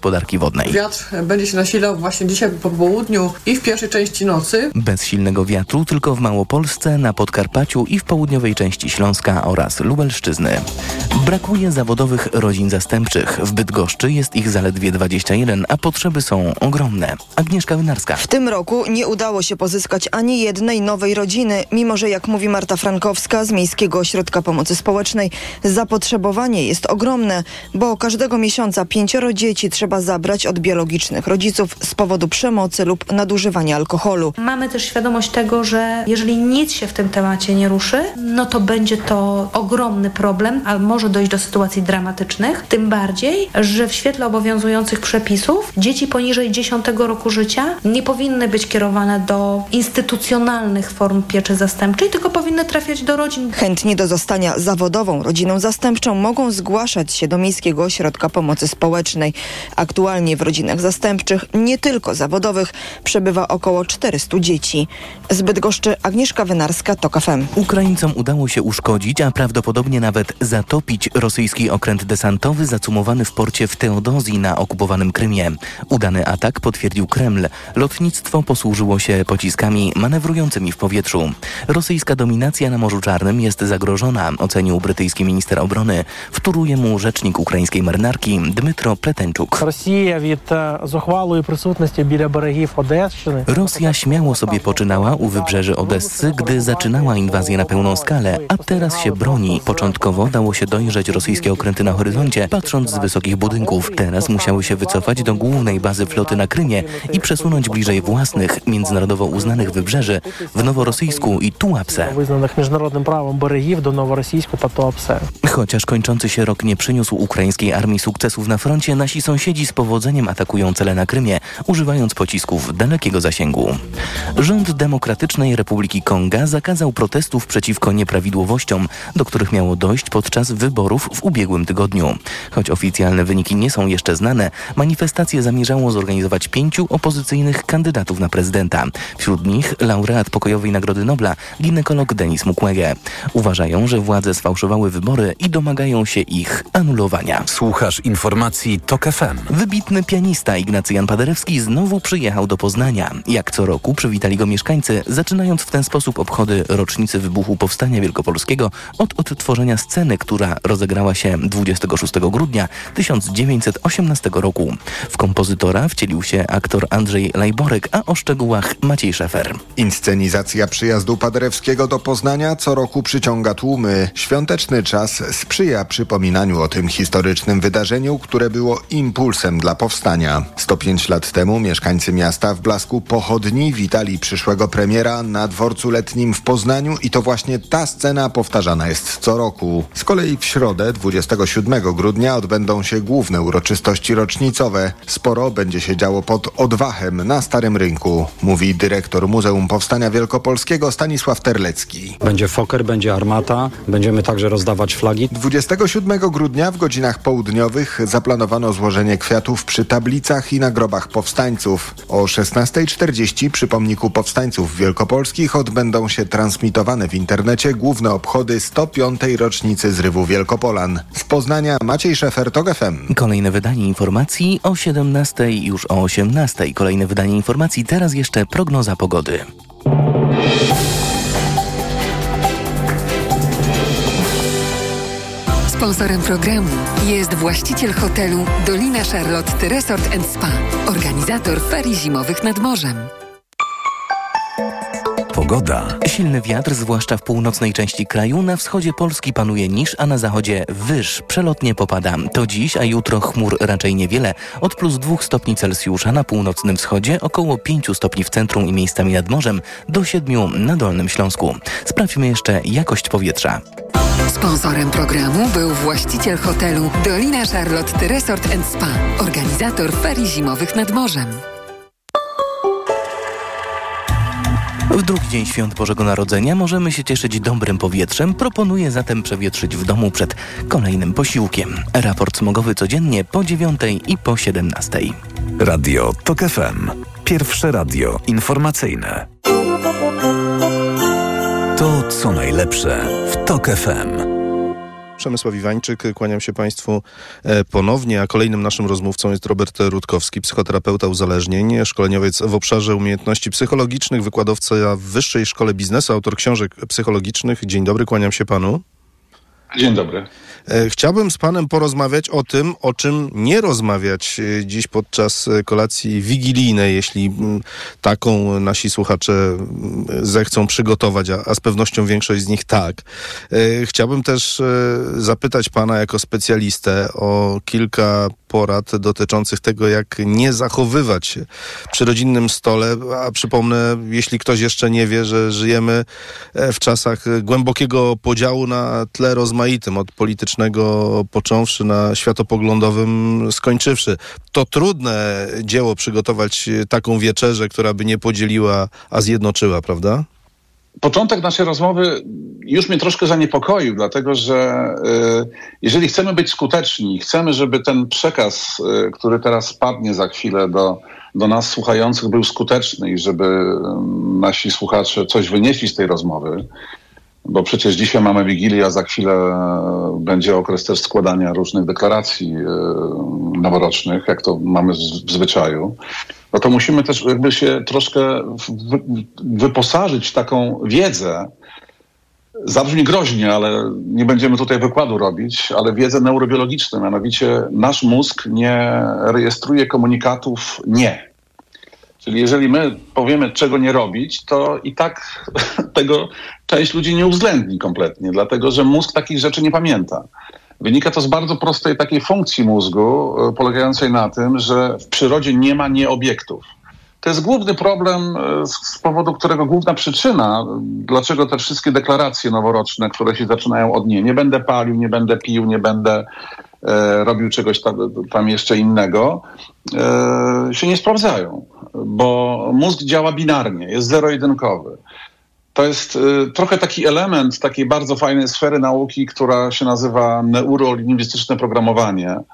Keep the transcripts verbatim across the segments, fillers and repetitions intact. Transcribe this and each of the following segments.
gospodarki wodnej. Wiatr będzie się nasilał właśnie dzisiaj po południu i w pierwszej części nocy. Bez silnego wiatru tylko w Małopolsce, na Podkarpaciu i w południowej części Śląska oraz Lubelszczyzny. Brakuje zawodowych rodzin zastępczych. W Bydgoszczy jest ich zaledwie dwadzieścia jeden, a potrzeby są ogromne. Agnieszka Wynarska. W tym roku nie udało się pozyskać ani jednej nowej rodziny, mimo że, jak mówi Marta Frankowska z Miejskiego Ośrodka Pomocy Społecznej, zapotrzebowanie jest ogromne, bo każdego miesiąca pięcioro dzieci trzeba zabrać od biologicznych rodziców z powodu przemocy lub nadużywania alkoholu. Mamy też świadomość tego, że jeżeli nic się w tym temacie nie ruszy, no to będzie to ogromny problem, a może dojść do sytuacji dramatycznych. Tym bardziej, że w świetle obowiązujących przepisów dzieci poniżej dziesiątego roku życia nie powinny być kierowane do instytucjonalnych form pieczy zastępczej, tylko powinny trafiać do rodzin. Chętni do zostania zawodową rodziną zastępczą mogą zgłaszać się do Miejskiego Ośrodka Pomocy Społecznej. Aktualnie w rodzinach zastępczych, nie tylko zawodowych, przebywa około czterystu dzieci. Z Bydgoszczy Agnieszka Wynarska, TOK F M. Ukraińcom udało się uszkodzić, a prawdopodobnie nawet zatopić rosyjski okręt desantowy zacumowany w porcie w Teodozji na okupowanym Krymie. Udany atak potwierdził Kreml. Lotnictwo posłużyło się pociskami manewrującymi w powietrzu. Rosyjska dominacja na Morzu Czarnym jest zagrożona, ocenił brytyjski minister obrony. Wtóruje mu rzecznik ukraińskiej marynarki Dmytro Pletenczuk. Rosja śmiało sobie poczynała u wybrzeży Odessy, gdy zaczynała inwazję na pełną skalę, a teraz się broni. Początkowo dało się dojrzeć rosyjskie okręty na horyzoncie, patrząc z wysokich budynków. Teraz musiały się wycofać do głównej bazy floty na Krymie i przesunąć bliżej własnych, międzynarodowo uznanych wybrzeży w Noworosyjsku i Tułapse. Chociaż kończący się rok nie przyniósł ukraińskiej armii sukcesów na froncie, nasi sąsiedzi z powodzeniem atakują cele na Krymie, używając pocisków dalekiego zasięgu. Rząd Demokratycznej Republiki Konga zakazał protestów przeciwko nieprawidłowościom, do których miało dojść podczas wyborów w ubiegłym tygodniu. Choć oficjalne wyniki nie są jeszcze znane, manifestacje zamierzało zorganizować pięciu opozycyjnych kandydatów na prezydenta. Wśród nich laureat pokojowej Nagrody Nobla, ginekolog Denis Mukwege. Uważają, że władze sfałszowały wybory i domagają się ich anulowania. Słuchasz informacji TOK F M. Wybitny pianista Ignacy Jan Paderewski znowu przyjechał do Poznania. Jak co roku przywitali go mieszkańcy, zaczynając w ten sposób obchody rocznicy wybuchu Powstania Wielkopolskiego od odtworzenia sceny, która rozegrała się dwudziestego szóstego grudnia tysiąc dziewięćset osiemnastego roku. W kompozytora wcielił się aktor Andrzej Lajborek, a o szczegółach Maciej Szefer. Inscenizacja przyjazdu Paderewskiego do Poznania co roku przyciąga tłumy. Świąteczny czas sprzyja przypominaniu o tym historycznym wydarzeniu, które było impulsem dla powstania. sto pięć lat temu mieszkańcy miasta w blasku pochodni witali przyszłego premiera na dworcu letnim w Poznaniu i to właśnie ta scena powtarzana jest co roku. Z kolei w środę, dwudziestego siódmego grudnia, odbędą się główne uroczystości rocznicowe. Sporo będzie się działo pod Odwachem na Starym Rynku, mówi dyrektor Muzeum Powstania Wielkopolskiego Stanisław Terlecki. Będzie foker, będzie armata, będziemy także rozdawać flagi. dwudziestego siódmego grudnia w godzinach południowych zaplanowano złożenie kwiatów przy tablicach i na grobach powstańców. O szesnastej czterdzieści przy pomniku powstańców wielkopolskich odbędą się transmitowane w internecie główne obchody sto piątej rocznicy zrywu Wielkopolan. Z Poznania Maciej Szefer, TOK F M. Kolejne wydanie informacji o siedemnastej, już o osiemnastej. Kolejne wydanie informacji, teraz jeszcze prognoza pogody. Sponsorem programu jest właściciel hotelu Dolina Charlotte Resort and Spa, organizator ferii zimowych nad morzem. Pogoda. Silny wiatr, zwłaszcza w północnej części kraju. Na wschodzie Polski panuje niż, a na zachodzie wyż. Przelotnie popada. To dziś, a jutro chmur raczej niewiele. Od plus dwóch stopni Celsjusza na północnym wschodzie, około pięciu stopni w centrum i miejscami nad morzem, do siedmiu na Dolnym Śląsku. Sprawdźmy jeszcze jakość powietrza. Sponsorem programu był właściciel hotelu Dolina Charlotte Resort and Spa, organizator ferii zimowych nad morzem. W drugi dzień świąt Bożego Narodzenia możemy się cieszyć dobrym powietrzem. Proponuję zatem przewietrzyć w domu przed kolejnym posiłkiem. Raport smogowy codziennie po dziewiątej i po siedemnastej. Radio TOK F M. Pierwsze radio informacyjne. To co najlepsze w TOK F M. Przemysław Iwańczyk, kłaniam się Państwu ponownie, a kolejnym naszym rozmówcą jest Robert Rutkowski, psychoterapeuta uzależnień, szkoleniowiec w obszarze umiejętności psychologicznych, wykładowca w Wyższej Szkole Biznesu, autor książek psychologicznych. Dzień dobry, kłaniam się Panu. Dzień dobry. Chciałbym z Panem porozmawiać o tym, o czym nie rozmawiać dziś podczas kolacji wigilijnej, jeśli taką nasi słuchacze zechcą przygotować, a, a z pewnością większość z nich tak. Chciałbym też zapytać Pana jako specjalistę o kilka porad dotyczących tego, jak nie zachowywać się przy rodzinnym stole, a przypomnę, jeśli ktoś jeszcze nie wie, że żyjemy w czasach głębokiego podziału na tle rozmaitym, od politycznego począwszy na światopoglądowym skończywszy. To trudne dzieło przygotować taką wieczerzę, która by nie podzieliła, a zjednoczyła, prawda? Początek naszej rozmowy już mnie troszkę zaniepokoił, dlatego że y, jeżeli chcemy być skuteczni, chcemy, żeby ten przekaz, y, który teraz spadnie za chwilę do, do nas słuchających, był skuteczny i żeby y, nasi słuchacze coś wynieśli z tej rozmowy, bo przecież dzisiaj mamy Wigilię, a za chwilę będzie okres też składania różnych deklaracji y, noworocznych, jak to mamy w zwyczaju, no to musimy też jakby się troszkę wyposażyć w taką wiedzę. Zabrzmi groźnie, ale nie będziemy tutaj wykładu robić, ale wiedzę neurobiologiczną, mianowicie nasz mózg nie rejestruje komunikatów nie. Czyli jeżeli my powiemy, czego nie robić, to i tak tego część ludzi nie uwzględni kompletnie, dlatego że mózg takich rzeczy nie pamięta. Wynika to z bardzo prostej takiej funkcji mózgu, polegającej na tym, że w przyrodzie nie ma nieobiektów. To jest główny problem, z powodu którego główna przyczyna, dlaczego te wszystkie deklaracje noworoczne, które się zaczynają od nie, nie będę palił, nie będę pił, nie będę e, robił czegoś tam, tam jeszcze innego, e, się nie sprawdzają, bo mózg działa binarnie, jest zero-jedynkowy. To jest y, trochę taki element takiej bardzo fajnej sfery nauki, która się nazywa neurolingwistyczne programowanie. E,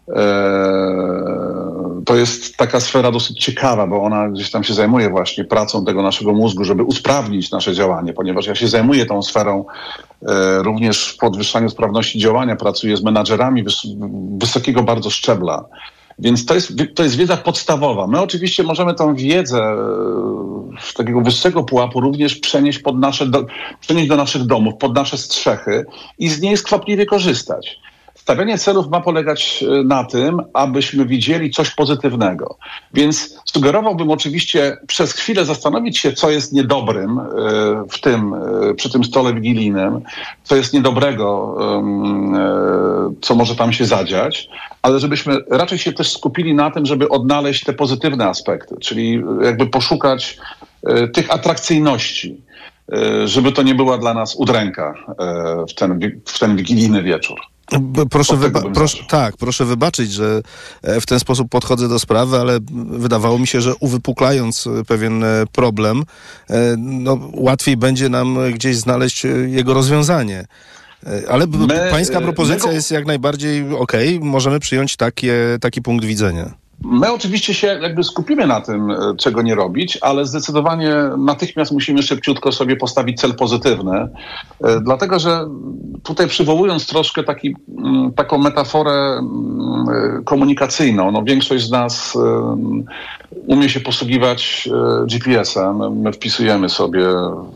to jest taka sfera dosyć ciekawa, bo ona gdzieś tam się zajmuje właśnie pracą tego naszego mózgu, żeby usprawnić nasze działanie, ponieważ ja się zajmuję tą sferą e, również w podwyższaniu sprawności działania, pracuję z menadżerami wys- wysokiego bardzo szczebla. Więc to jest, to jest wiedza podstawowa. My oczywiście możemy tą wiedzę z takiego wyższego pułapu również przenieść, pod nasze do, przenieść do naszych domów, pod nasze strzechy i z niej skwapliwie korzystać. Stawianie celów ma polegać na tym, abyśmy widzieli coś pozytywnego. Więc sugerowałbym oczywiście przez chwilę zastanowić się, co jest niedobrym w tym, przy tym stole wigilijnym, co jest niedobrego, co może tam się zadziać, ale żebyśmy raczej się też skupili na tym, żeby odnaleźć te pozytywne aspekty, czyli jakby poszukać tych atrakcyjności, żeby to nie była dla nas udręka w ten, w ten wigilijny wieczór. Proszę, wyba- proszę, tak, proszę wybaczyć, że w ten sposób podchodzę do sprawy, ale wydawało mi się, że uwypuklając pewien problem, no, łatwiej będzie nam gdzieś znaleźć jego rozwiązanie. Ale my, pańska propozycja my... jest jak najbardziej okej, okay. Możemy przyjąć takie, taki punkt widzenia. My oczywiście się jakby skupimy na tym, czego nie robić, ale zdecydowanie natychmiast musimy szybciutko sobie postawić cel pozytywny, dlatego że tutaj przywołując troszkę taki, taką metaforę komunikacyjną, no większość z nas umie się posługiwać G P S-em, my wpisujemy sobie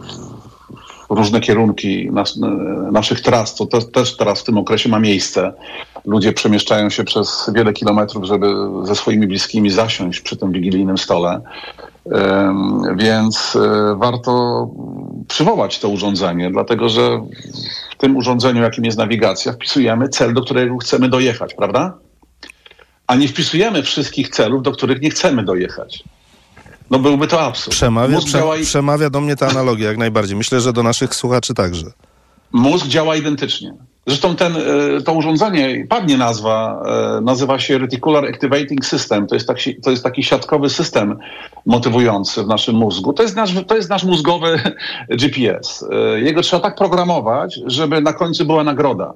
różne kierunki nas, naszych tras, to te, też teraz w tym okresie ma miejsce. Ludzie przemieszczają się przez wiele kilometrów, żeby ze swoimi bliskimi zasiąść przy tym wigilijnym stole. Um, więc um, warto przywołać to urządzenie, dlatego że w tym urządzeniu, jakim jest nawigacja, wpisujemy cel, do którego chcemy dojechać, prawda? A nie wpisujemy wszystkich celów, do których nie chcemy dojechać. No byłby to absurd. Przemawia, prze, działa i... przemawia do mnie ta analogia jak najbardziej. Myślę, że do naszych słuchaczy także. Mózg działa identycznie. Zresztą ten, to urządzenie, padnie nazwa, nazywa się Reticular Activating System. To jest taki, to jest taki siatkowy system motywujący w naszym mózgu. To jest nasz, to jest nasz mózgowy G P S. Jego trzeba tak programować, żeby na końcu była nagroda.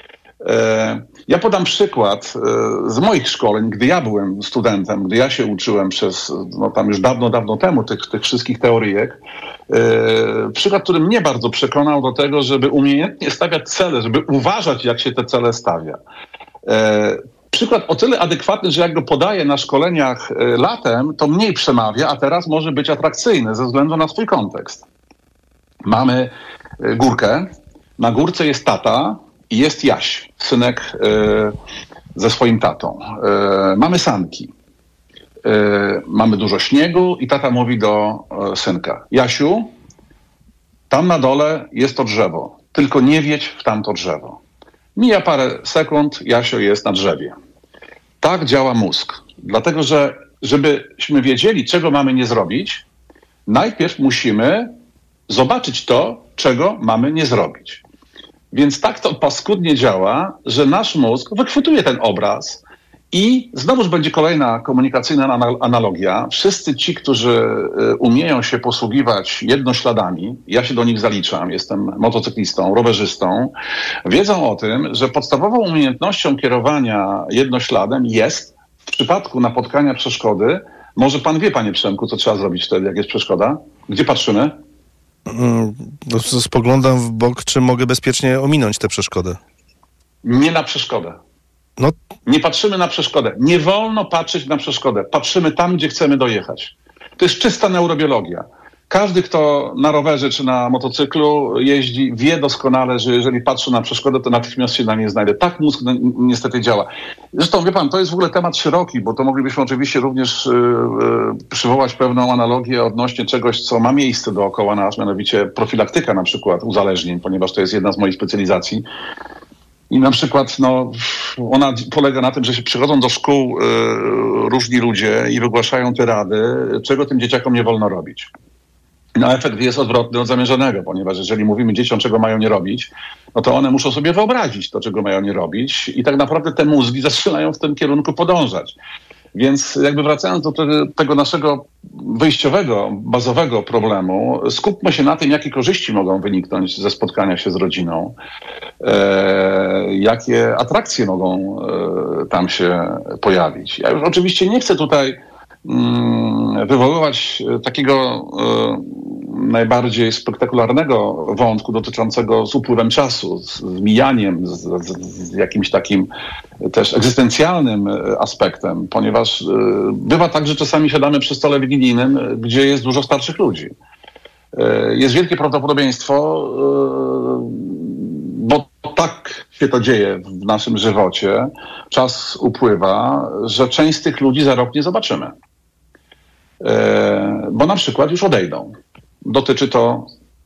Ja podam przykład z moich szkoleń, gdy ja byłem studentem, gdy ja się uczyłem przez, no tam już dawno, dawno temu tych, tych wszystkich teoryjek. Yy, przykład, który mnie bardzo przekonał do tego, żeby umiejętnie stawiać cele, żeby uważać, jak się te cele stawia. Yy, przykład o tyle adekwatny, że jak go podaję na szkoleniach yy, latem, to mniej przemawia, a teraz może być atrakcyjny ze względu na swój kontekst. Mamy yy, górkę, na górce jest tata i jest Jaś, synek yy, ze swoim tatą. Yy, mamy sanki. Yy, mamy dużo śniegu i tata mówi do yy, synka: Jasiu, tam na dole jest to drzewo, tylko nie wiedź w tamto drzewo. Mija parę sekund, Jasio jest na drzewie. Tak działa mózg. Dlatego, że żebyśmy wiedzieli, czego mamy nie zrobić, najpierw musimy zobaczyć to, czego mamy nie zrobić. Więc tak to paskudnie działa, że nasz mózg wychwytuje ten obraz i znowuż będzie kolejna komunikacyjna analogia. Wszyscy ci, którzy umieją się posługiwać jednośladami, ja się do nich zaliczam, jestem motocyklistą, rowerzystą, wiedzą o tym, że podstawową umiejętnością kierowania jednośladem jest w przypadku napotkania przeszkody, może pan wie, panie Przemku, co trzeba zrobić wtedy, jak jest przeszkoda? Gdzie patrzymy? Spoglądam w bok, czy mogę bezpiecznie ominąć tę przeszkodę. Nie na przeszkodę. No. Nie patrzymy na przeszkodę. Nie wolno patrzeć na przeszkodę. Patrzymy tam, gdzie chcemy dojechać. To jest czysta neurobiologia. Każdy, kto na rowerze czy na motocyklu jeździ, wie doskonale, że jeżeli patrzy na przeszkodę, to natychmiast się na nie znajdzie. Tak mózg no, niestety działa. Zresztą, wie pan, to jest w ogóle temat szeroki, bo to moglibyśmy oczywiście również yy, yy, przywołać pewną analogię odnośnie czegoś, co ma miejsce dookoła nas, mianowicie profilaktyka na przykład uzależnień, ponieważ to jest jedna z moich specjalizacji. I na przykład no, ona polega na tym, że się przychodzą do szkół y, różni ludzie i wygłaszają te rady, czego tym dzieciakom nie wolno robić. No efekt jest odwrotny od zamierzonego, ponieważ jeżeli mówimy dzieciom, czego mają nie robić, no to one muszą sobie wyobrazić to, czego mają nie robić i tak naprawdę te mózgi zaczynają w tym kierunku podążać. Więc jakby wracając do tego, tego naszego wyjściowego, bazowego problemu, skupmy się na tym, jakie korzyści mogą wyniknąć ze spotkania się z rodziną, e, jakie atrakcje mogą e, tam się pojawić. Ja już oczywiście nie chcę tutaj mm, wywoływać takiego e, najbardziej spektakularnego wątku dotyczącego z upływem czasu, z, z mijaniem, z, z, z jakimś takim też egzystencjalnym aspektem, ponieważ y, bywa tak, że czasami siadamy przy stole wigilijnym, gdzie jest dużo starszych ludzi. Y, jest wielkie prawdopodobieństwo, y, bo tak się to dzieje w naszym żywocie, czas upływa, że część z tych ludzi za rok nie zobaczymy. Y, bo na przykład już odejdą. Dotyczy to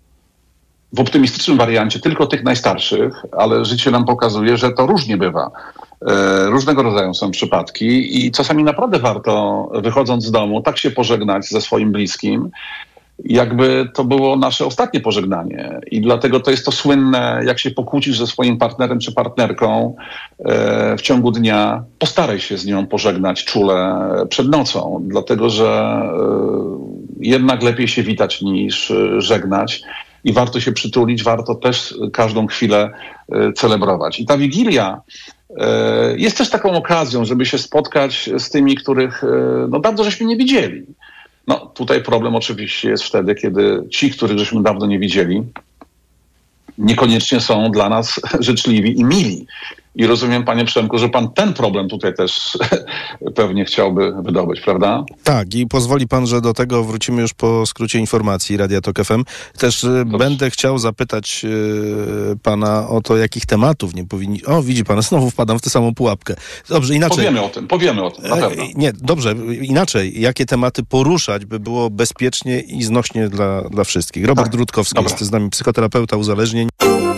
w optymistycznym wariancie tylko tych najstarszych, ale życie nam pokazuje, że to różnie bywa. E, różnego rodzaju są przypadki i czasami naprawdę warto, wychodząc z domu, tak się pożegnać ze swoim bliskim, jakby to było nasze ostatnie pożegnanie. I dlatego to jest to słynne, jak się pokłócisz ze swoim partnerem czy partnerką e, w ciągu dnia, postaraj się z nią pożegnać czule przed nocą, dlatego że e, jednak lepiej się witać niż e, żegnać i warto się przytulić, warto też każdą chwilę e, celebrować. I ta Wigilia e, jest też taką okazją, żeby się spotkać z tymi, których e, no, dawno żeśmy nie widzieli. No tutaj problem oczywiście jest wtedy, kiedy ci, których żeśmy dawno nie widzieli, niekoniecznie są dla nas życzliwi i mili. I rozumiem, panie Przemku, że pan ten problem tutaj też pewnie chciałby wydobyć, prawda? Tak, i pozwoli pan, że do tego wrócimy już po skrócie informacji Radia Tok F M. Też Dobrze. Będę chciał zapytać y, pana o to, jakich tematów nie powinni... O, widzi pan, znowu wpadam w tę samą pułapkę. Dobrze, inaczej. Powiemy o tym, powiemy o tym, na pewno. E, nie, dobrze, inaczej. Jakie tematy poruszać, by było bezpiecznie i znośnie dla, dla wszystkich? Robert tak. Rutkowski Dobra. jest z nami, psychoterapeuta uzależnień.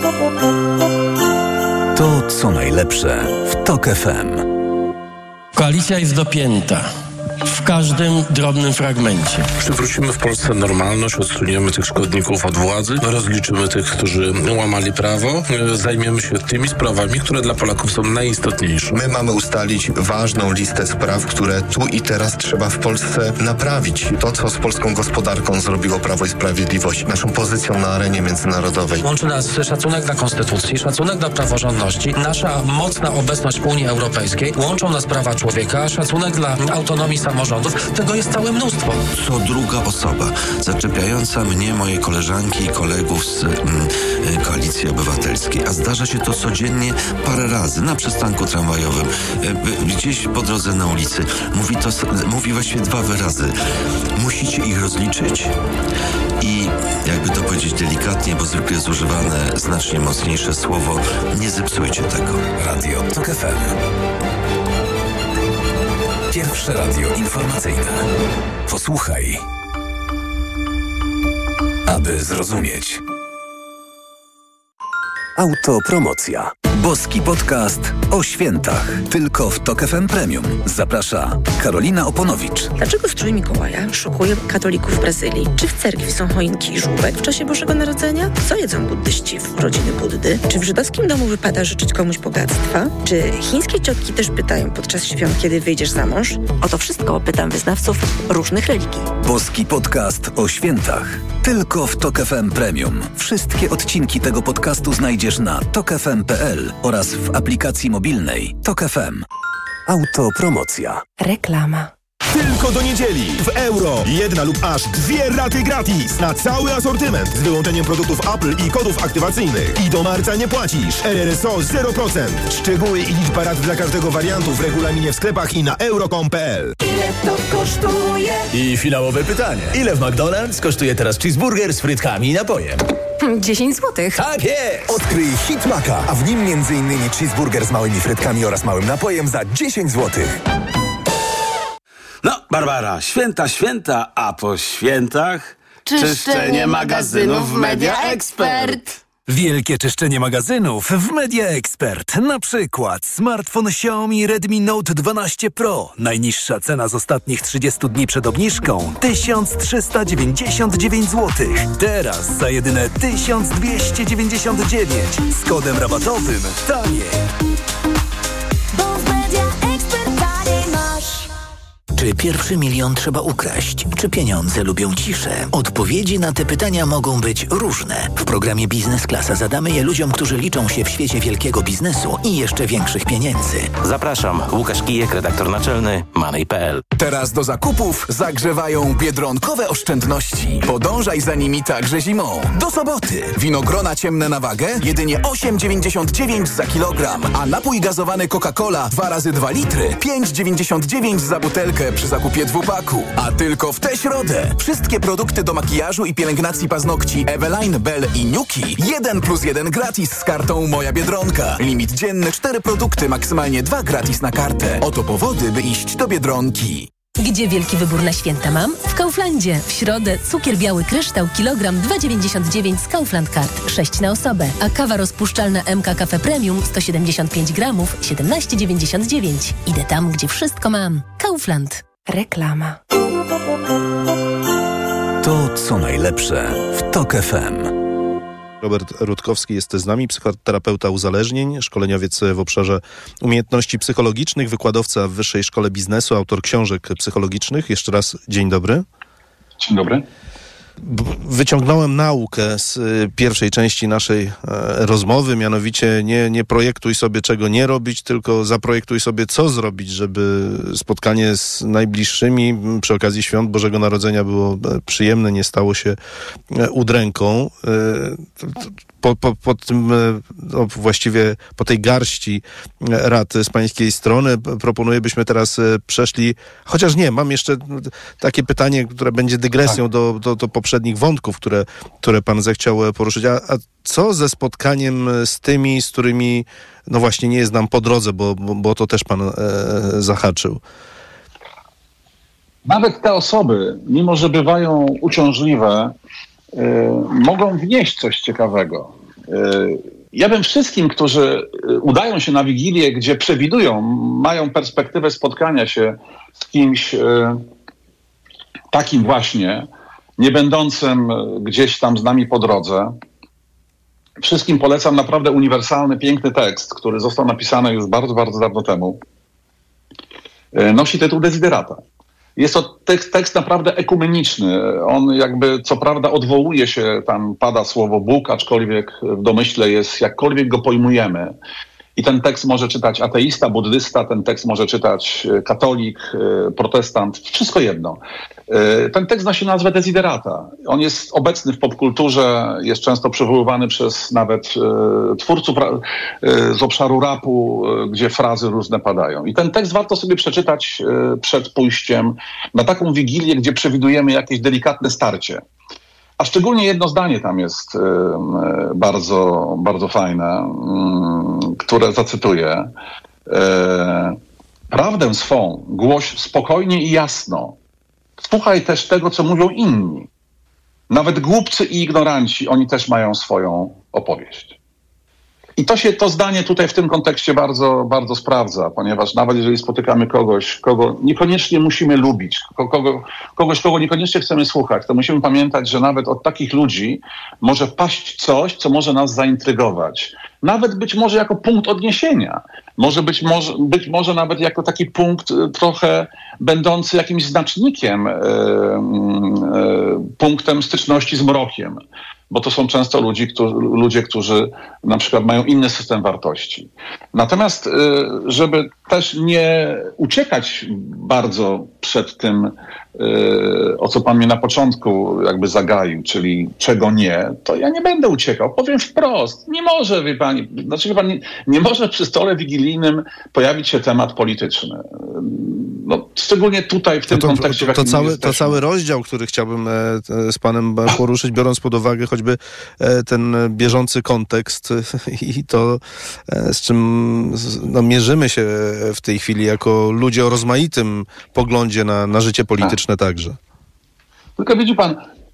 To, co najlepsze w Tok F M. Koalicja jest dopięta w każdym drobnym fragmencie. Przywrócimy w Polsce normalność, odsuniemy tych szkodników od władzy, rozliczymy tych, którzy łamali prawo, zajmiemy się tymi sprawami, które dla Polaków są najistotniejsze. My mamy ustalić ważną listę spraw, które tu i teraz trzeba w Polsce naprawić. To, co z polską gospodarką zrobiło Prawo i Sprawiedliwość, naszą pozycją na arenie międzynarodowej. Łączy nas szacunek dla konstytucji, szacunek dla praworządności, nasza mocna obecność w Unii Europejskiej, łączą nas prawa człowieka, szacunek dla autonomii samorządu, samorządów. Tego jest całe mnóstwo. Co druga osoba zaczepiająca mnie, moje koleżanki i kolegów z mm, Koalicji Obywatelskiej, a zdarza się to codziennie parę razy na przystanku tramwajowym, gdzieś po drodze na ulicy. Mówi to, mówi właściwie dwa wyrazy. Musicie ich rozliczyć i jakby to powiedzieć delikatnie, bo zwykle jest używane znacznie mocniejsze słowo, nie zepsujcie tego. Radio TOK F M. Pierwsze radio informacyjne. Posłuchaj, aby zrozumieć. Autopromocja. Boski podcast o świętach. Tylko w TOK F M Premium. Zaprasza Karolina Oponowicz. Dlaczego strój Mikołaja szokuje katolików w Brazylii? Czy w cerkwi są choinki i żółbek w czasie Bożego Narodzenia? Co jedzą buddyści w rodziny Buddy? Czy w żydowskim domu wypada życzyć komuś bogactwa? Czy chińskie ciotki też pytają podczas świąt, kiedy wyjdziesz za mąż? O to wszystko pytam wyznawców różnych religii. Boski podcast o świętach. Tylko w TOK F M Premium. Wszystkie odcinki tego podcastu znajdziesz na tok f m kropka p l oraz w aplikacji mobilnej TOK F M. Autopromocja. Reklama. Tylko do niedzieli w Euro. Jedna lub aż dwie raty gratis na cały asortyment z wyłączeniem produktów Apple i kodów aktywacyjnych. I do marca nie płacisz. R R S O zero procent. Szczegóły i liczba rat dla każdego wariantu w regulaminie w sklepach i na euro kropka com kropka p l. Ile to kosztuje? I finałowe pytanie. Ile w McDonald's kosztuje teraz cheeseburger z frytkami i napojem? dziesięć złotych. Tak jest! Odkryj Hit Maca, a w nim między innymi cheeseburger z małymi frytkami oraz małym napojem za dziesięć złotych. No, Barbara, święta, święta, a po świętach czyszczenie, czyszczenie magazynów w Media Expert. Wielkie czyszczenie magazynów w Media Expert. Na przykład smartfon Xiaomi Redmi Note dwanaście Pro. Najniższa cena z ostatnich trzydziestu dni przed obniżką tysiąc trzysta dziewięćdziesiąt dziewięć złotych. Teraz za jedyne tysiąc dwieście dziewięćdziesiąt dziewięć. Z kodem rabatowym taniej. Czy pierwszy milion trzeba ukraść? Czy pieniądze lubią ciszę? Odpowiedzi na te pytania mogą być różne. W programie Biznes Klasa zadamy je ludziom, którzy liczą się w świecie wielkiego biznesu i jeszcze większych pieniędzy. Zapraszam, Łukasz Kijek, redaktor naczelny Money kropka p l. Teraz do zakupów zagrzewają biedronkowe oszczędności. Podążaj za nimi także zimą. Do soboty. Winogrona ciemne na wagę jedynie osiem dziewięćdziesiąt dziewięć za kilogram, a napój gazowany Coca-Cola dwa razy dwa litry pięć dziewięćdziesiąt dziewięć za butelkę przy zakupie dwupaku. A tylko w tę środę wszystkie produkty do makijażu i pielęgnacji paznokci Eveline, Bell i Nuki jeden plus jeden gratis z kartą Moja Biedronka. Limit dzienny cztery produkty, maksymalnie dwa gratis na kartę. Oto powody, by iść do Biedronki. Gdzie wielki wybór na święta mam? W Kauflandzie. W środę cukier biały kryształ kilogram dwa dziewięćdziesiąt dziewięć z Kaufland Card, sześć na osobę, a kawa rozpuszczalna M K Cafe Premium sto siedemdziesiąt pięć gramów siedemnaście dziewięćdziesiąt dziewięć. Idę tam, gdzie wszystko mam. Kaufland. Reklama. To co najlepsze w TOK F M. Robert Rutkowski jest z nami, psychoterapeuta uzależnień, szkoleniowiec w obszarze umiejętności psychologicznych, wykładowca w Wyższej Szkole Biznesu, autor książek psychologicznych. Jeszcze raz dzień dobry. Dzień dobry. Wyciągnąłem naukę z pierwszej części naszej e, rozmowy, mianowicie nie, nie projektuj sobie czego nie robić, tylko zaprojektuj sobie co zrobić, żeby spotkanie z najbliższymi przy okazji świąt Bożego Narodzenia było przyjemne, nie stało się udręką. E, po, po, po tym, no, właściwie po tej garści rad z pańskiej strony proponuję, byśmy teraz przeszli, chociaż nie, mam jeszcze takie pytanie, które będzie dygresją tak. do, do, do poprzednich wątków, które, które pan zechciał poruszyć. A, a co ze spotkaniem z tymi, z którymi no właśnie nie jest nam po drodze, bo, bo, bo to też pan e, zahaczył? Nawet te osoby, mimo że bywają uciążliwe, y, mogą wnieść coś ciekawego. Y, ja bym wszystkim, którzy udają się na Wigilię, gdzie przewidują, mają perspektywę spotkania się z kimś y, takim właśnie, nie będącym gdzieś tam z nami po drodze, wszystkim polecam naprawdę uniwersalny, piękny tekst, który został napisany już bardzo, bardzo dawno temu. Y, nosi tytuł Desiderata. Jest to tekst, tekst naprawdę ekumeniczny. On jakby, co prawda, odwołuje się, tam pada słowo Bóg, aczkolwiek w domyśle jest, jakkolwiek go pojmujemy I ten tekst może czytać ateista, buddysta, ten tekst może czytać katolik, protestant, wszystko jedno. Ten tekst nosi nazwę Desiderata. On jest obecny w popkulturze, jest często przywoływany przez nawet twórców z obszaru rapu, gdzie frazy różne padają. I ten tekst warto sobie przeczytać przed pójściem na taką wigilię, gdzie przewidujemy jakieś delikatne starcie. A szczególnie jedno zdanie tam jest y, y, bardzo, bardzo fajne, y, które zacytuję. Y, Prawdę swą głoś spokojnie i jasno. Słuchaj też tego, co mówią inni. Nawet głupcy i ignoranci, oni też mają swoją opowieść. I to się, to zdanie tutaj w tym kontekście bardzo, bardzo sprawdza, ponieważ nawet jeżeli spotykamy kogoś, kogo niekoniecznie musimy lubić, kogo, kogoś, kogo niekoniecznie chcemy słuchać, to musimy pamiętać, że nawet od takich ludzi może paść coś, co może nas zaintrygować. Nawet być może jako punkt odniesienia. Może być może, być może nawet jako taki punkt trochę będący jakimś znacznikiem, yy, yy, punktem styczności z mrokiem. Bo to są często ludzie, którzy, ludzie, którzy na przykład mają inny system wartości. Natomiast, żeby też nie uciekać bardzo przed tym, o co pan mnie na początku jakby zagaił, czyli czego nie, to ja nie będę uciekał. Powiem wprost. Nie może, wie pani, znaczy, wie pan, nie, nie może przy stole wigilijnym pojawić się temat polityczny. No, szczególnie tutaj, w tym to, kontekście. To, to, to, cały, to cały rozdział, który chciałbym e, z panem poruszyć, biorąc pod uwagę choćby e, ten bieżący kontekst i to, e, z czym no, mierzymy się w tej chwili jako ludzie o rozmaitym poglądzie na, na życie polityczne A. także. Tylko widzi pan,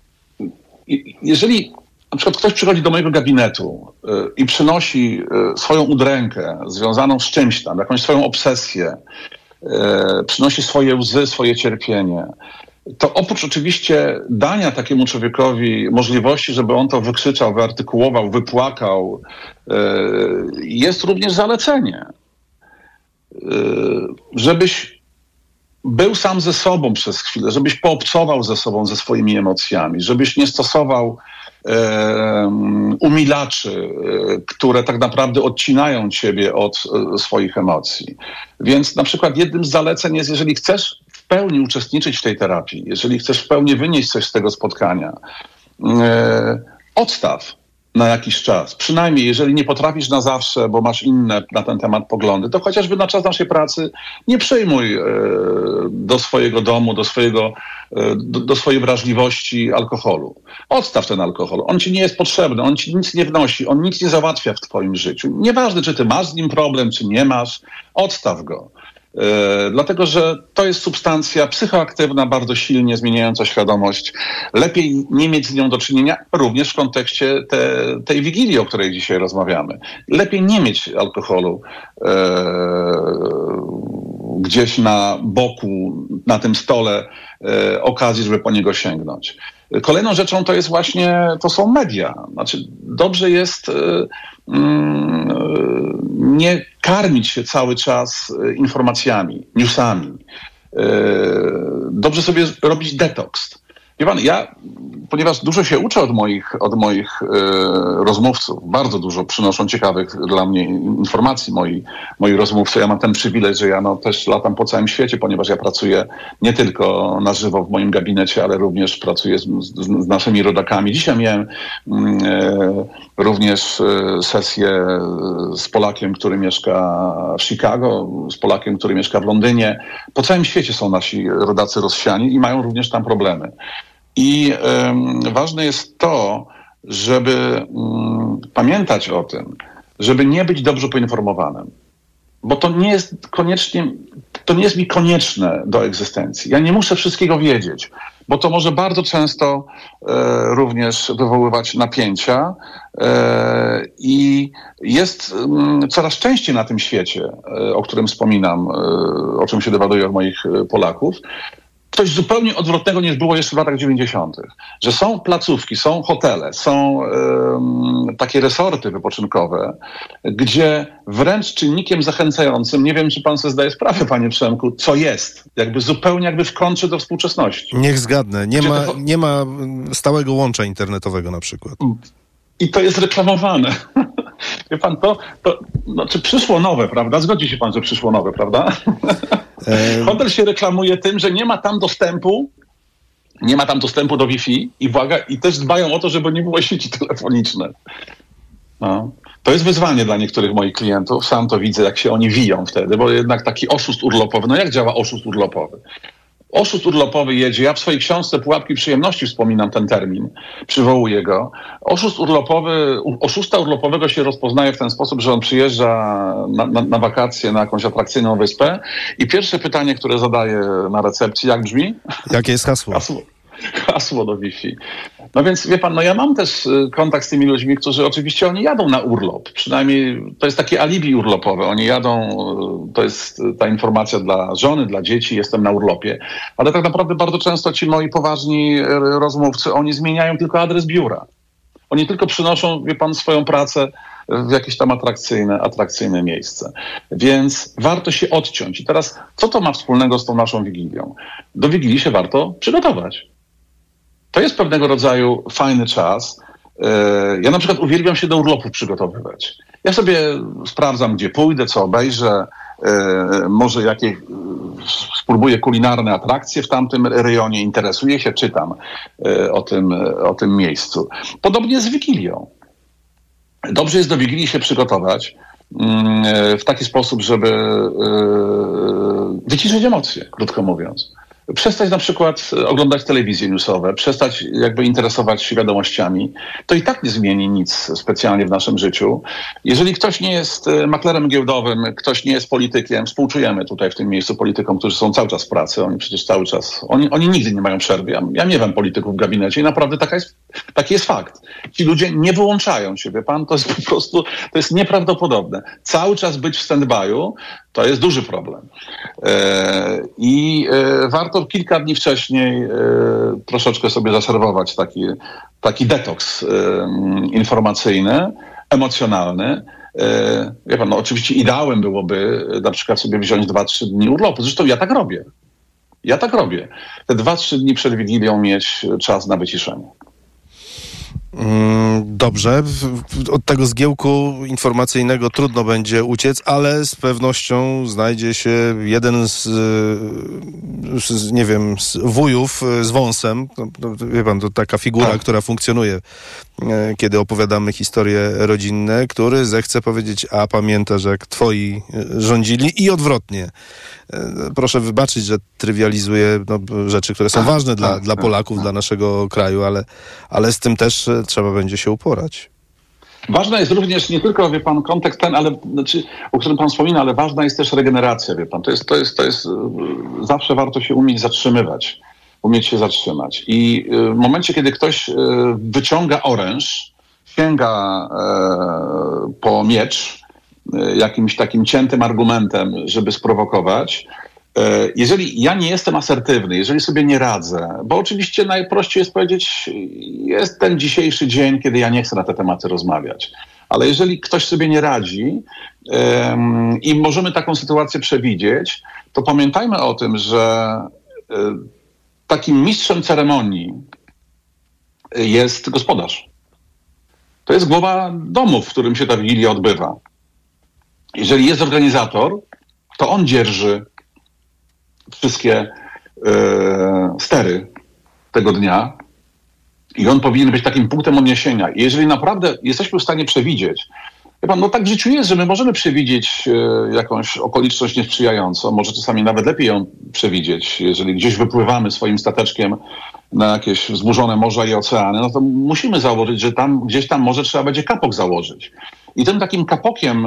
jeżeli na przykład ktoś przychodzi do mojego gabinetu y, i przynosi y, swoją udrękę związaną z czymś tam, jakąś swoją obsesję, y, przynosi swoje łzy, swoje cierpienie, to oprócz oczywiście dania takiemu człowiekowi możliwości, żeby on to wykrzyczał, wyartykułował, wypłakał, y, jest również zalecenie. Y, żebyś był sam ze sobą przez chwilę, żebyś poobcował ze sobą, ze swoimi emocjami, żebyś nie stosował e, umilaczy, e, które tak naprawdę odcinają ciebie od e, swoich emocji. Więc na przykład jednym z zaleceń jest, jeżeli chcesz w pełni uczestniczyć w tej terapii, jeżeli chcesz w pełni wynieść coś z tego spotkania, e, odstaw na jakiś czas. Przynajmniej jeżeli nie potrafisz na zawsze, bo masz inne na ten temat poglądy, to chociażby na czas naszej pracy nie przyjmuj e, do swojego domu, do, swojego, e, do, do swojej wrażliwości alkoholu. Odstaw ten alkohol. On ci nie jest potrzebny, on ci nic nie wnosi, on nic nie załatwia w twoim życiu. Nieważne, czy ty masz z nim problem, czy nie masz, odstaw go. Yy, dlatego, że to jest substancja psychoaktywna, bardzo silnie zmieniająca świadomość. Lepiej nie mieć z nią do czynienia, również w kontekście te, tej wigilii, o której dzisiaj rozmawiamy. Lepiej nie mieć alkoholu yy, gdzieś na boku, na tym stole yy, okazji, żeby po niego sięgnąć. Kolejną rzeczą to jest właśnie, to są media. Znaczy, dobrze jest yy, yy, nie karmić się cały czas informacjami, newsami. Dobrze sobie robić detoks. Wie pan, ja, ponieważ dużo się uczę od moich, od moich e, rozmówców, bardzo dużo przynoszą ciekawych dla mnie informacji moi, moi rozmówcy. Ja mam ten przywilej, że ja no, też latam po całym świecie, ponieważ ja pracuję nie tylko na żywo w moim gabinecie, ale również pracuję z, z, z naszymi rodakami. Dzisiaj miałem e, również e, sesję z Polakiem, który mieszka w Chicago, z Polakiem, który mieszka w Londynie. Po całym świecie są nasi rodacy rozsiani i mają również tam problemy. I y, ważne jest to, żeby y, pamiętać o tym, żeby nie być dobrze poinformowanym. Bo to nie jest koniecznie, to nie jest mi konieczne do egzystencji. Ja nie muszę wszystkiego wiedzieć, bo to może bardzo często y, również wywoływać napięcia y, i jest y, coraz częściej na tym świecie, y, o którym wspominam, y, o czym się dowiaduję od moich y, Polaków, coś zupełnie odwrotnego niż było jeszcze w latach dziewięćdziesiątych. Że są placówki, są hotele, są um, takie resorty wypoczynkowe, gdzie wręcz czynnikiem zachęcającym, nie wiem, czy pan sobie zdaje sprawę, panie Przemku, co jest. Jakby zupełnie jakby w kontrze do współczesności. Niech zgadnę. Nie ma, to... nie ma stałego łącza internetowego na przykład. I to jest reklamowane. Wie pan, to, to znaczy przyszło nowe, prawda? Zgodzi się pan, że przyszło nowe, prawda? Hotel się reklamuje tym, że nie ma tam dostępu, nie ma tam dostępu do Wi-Fi i uwaga, i też dbają o to, żeby nie było sieci telefonicznej. No. To jest wyzwanie dla niektórych moich klientów. Sam to widzę, jak się oni wiją wtedy, bo jednak taki oszust urlopowy, no jak działa oszust urlopowy? Oszust urlopowy jedzie, ja w swojej książce Pułapki przyjemności wspominam ten termin, przywołuję go. Oszust urlopowy, oszusta urlopowego się rozpoznaje w ten sposób, że on przyjeżdża na, na, na wakacje na jakąś atrakcyjną wyspę i pierwsze pytanie, które zadaje na recepcji, jak brzmi? Jakie jest hasło? Hasło. Hasło do Wi-Fi. No więc wie pan, no ja mam też kontakt z tymi ludźmi, którzy oczywiście oni jadą na urlop. Przynajmniej to jest takie alibi urlopowe. Oni jadą, to jest ta informacja dla żony, dla dzieci, jestem na urlopie. Ale tak naprawdę bardzo często ci moi poważni rozmówcy, oni zmieniają tylko adres biura. Oni tylko przynoszą, wie pan, swoją pracę w jakieś tam atrakcyjne, atrakcyjne miejsce. Więc warto się odciąć. I teraz, co to ma wspólnego z tą naszą Wigilią? Do Wigilii się warto przygotować. To jest pewnego rodzaju fajny czas. Ja na przykład uwielbiam się do urlopów przygotowywać. Ja sobie sprawdzam, gdzie pójdę, co obejrzę, może jakie spróbuję kulinarne atrakcje w tamtym rejonie, interesuję się, czytam o tym, o tym miejscu. Podobnie z Wigilią. Dobrze jest do Wigilii się przygotować w taki sposób, żeby wyciszyć emocje, krótko mówiąc. Przestać na przykład oglądać telewizje newsowe, przestać jakby interesować się wiadomościami. To i tak nie zmieni nic specjalnie w naszym życiu. Jeżeli ktoś nie jest maklerem giełdowym, ktoś nie jest politykiem, współczujemy tutaj w tym miejscu politykom, którzy są cały czas w pracy, oni przecież cały czas, oni, oni nigdy nie mają przerwy. Ja, ja miewam polityków w gabinecie i naprawdę taka jest, taki jest fakt. Ci ludzie nie wyłączają się, wie pan, to jest po prostu, to jest nieprawdopodobne. Cały czas być w stand-by'u to jest duży problem. E, I e, warto kilka dni wcześniej e, troszeczkę sobie zaserwować taki, taki detoks e, informacyjny, emocjonalny. E, wie pan, no oczywiście ideałem byłoby na przykład sobie wziąć dwa trzy dni urlopu. Zresztą ja tak robię. Ja tak robię. Te dwa trzy dni przed Wigilią mieć czas na wyciszenie. Dobrze. Od tego zgiełku informacyjnego trudno będzie uciec, ale z pewnością znajdzie się jeden z, z nie wiem, z wujów z wąsem. Wie pan, to taka figura, tak, która funkcjonuje, kiedy opowiadamy historie rodzinne, który zechce powiedzieć, a pamiętasz, jak twoi rządzili, i odwrotnie. Proszę wybaczyć, że trywializuję no, rzeczy, które są tak, ważne dla, tak, dla Polaków, tak, dla naszego kraju, ale, ale z tym też trzeba będzie się uporać. Ważna jest również nie tylko, wie pan, kontekst ten, ale, znaczy, o którym pan wspomina, ale ważna jest też regeneracja, wie pan. To jest, to jest, to jest, zawsze warto się umieć zatrzymywać, umieć się zatrzymać. I w momencie, kiedy ktoś wyciąga oręż, sięga po miecz, jakimś takim ciętym argumentem, żeby sprowokować, jeżeli ja nie jestem asertywny, jeżeli sobie nie radzę, bo oczywiście najprościej jest powiedzieć, jest ten dzisiejszy dzień, kiedy ja nie chcę na te tematy rozmawiać. Ale jeżeli ktoś sobie nie radzi um, i możemy taką sytuację przewidzieć, to pamiętajmy o tym, że um, takim mistrzem ceremonii jest gospodarz. To jest głowa domu, w którym się ta Wigilia odbywa. Jeżeli jest organizator, to on dzierży wszystkie e, stery tego dnia i on powinien być takim punktem odniesienia. I jeżeli naprawdę jesteśmy w stanie przewidzieć, wie pan, no tak w życiu jest, że my możemy przewidzieć e, jakąś okoliczność niesprzyjającą, może czasami nawet lepiej ją przewidzieć. Jeżeli gdzieś wypływamy swoim stateczkiem na jakieś wzburzone morza i oceany, no to musimy założyć, że tam gdzieś tam może trzeba będzie kapok założyć. I tym takim kapokiem, e,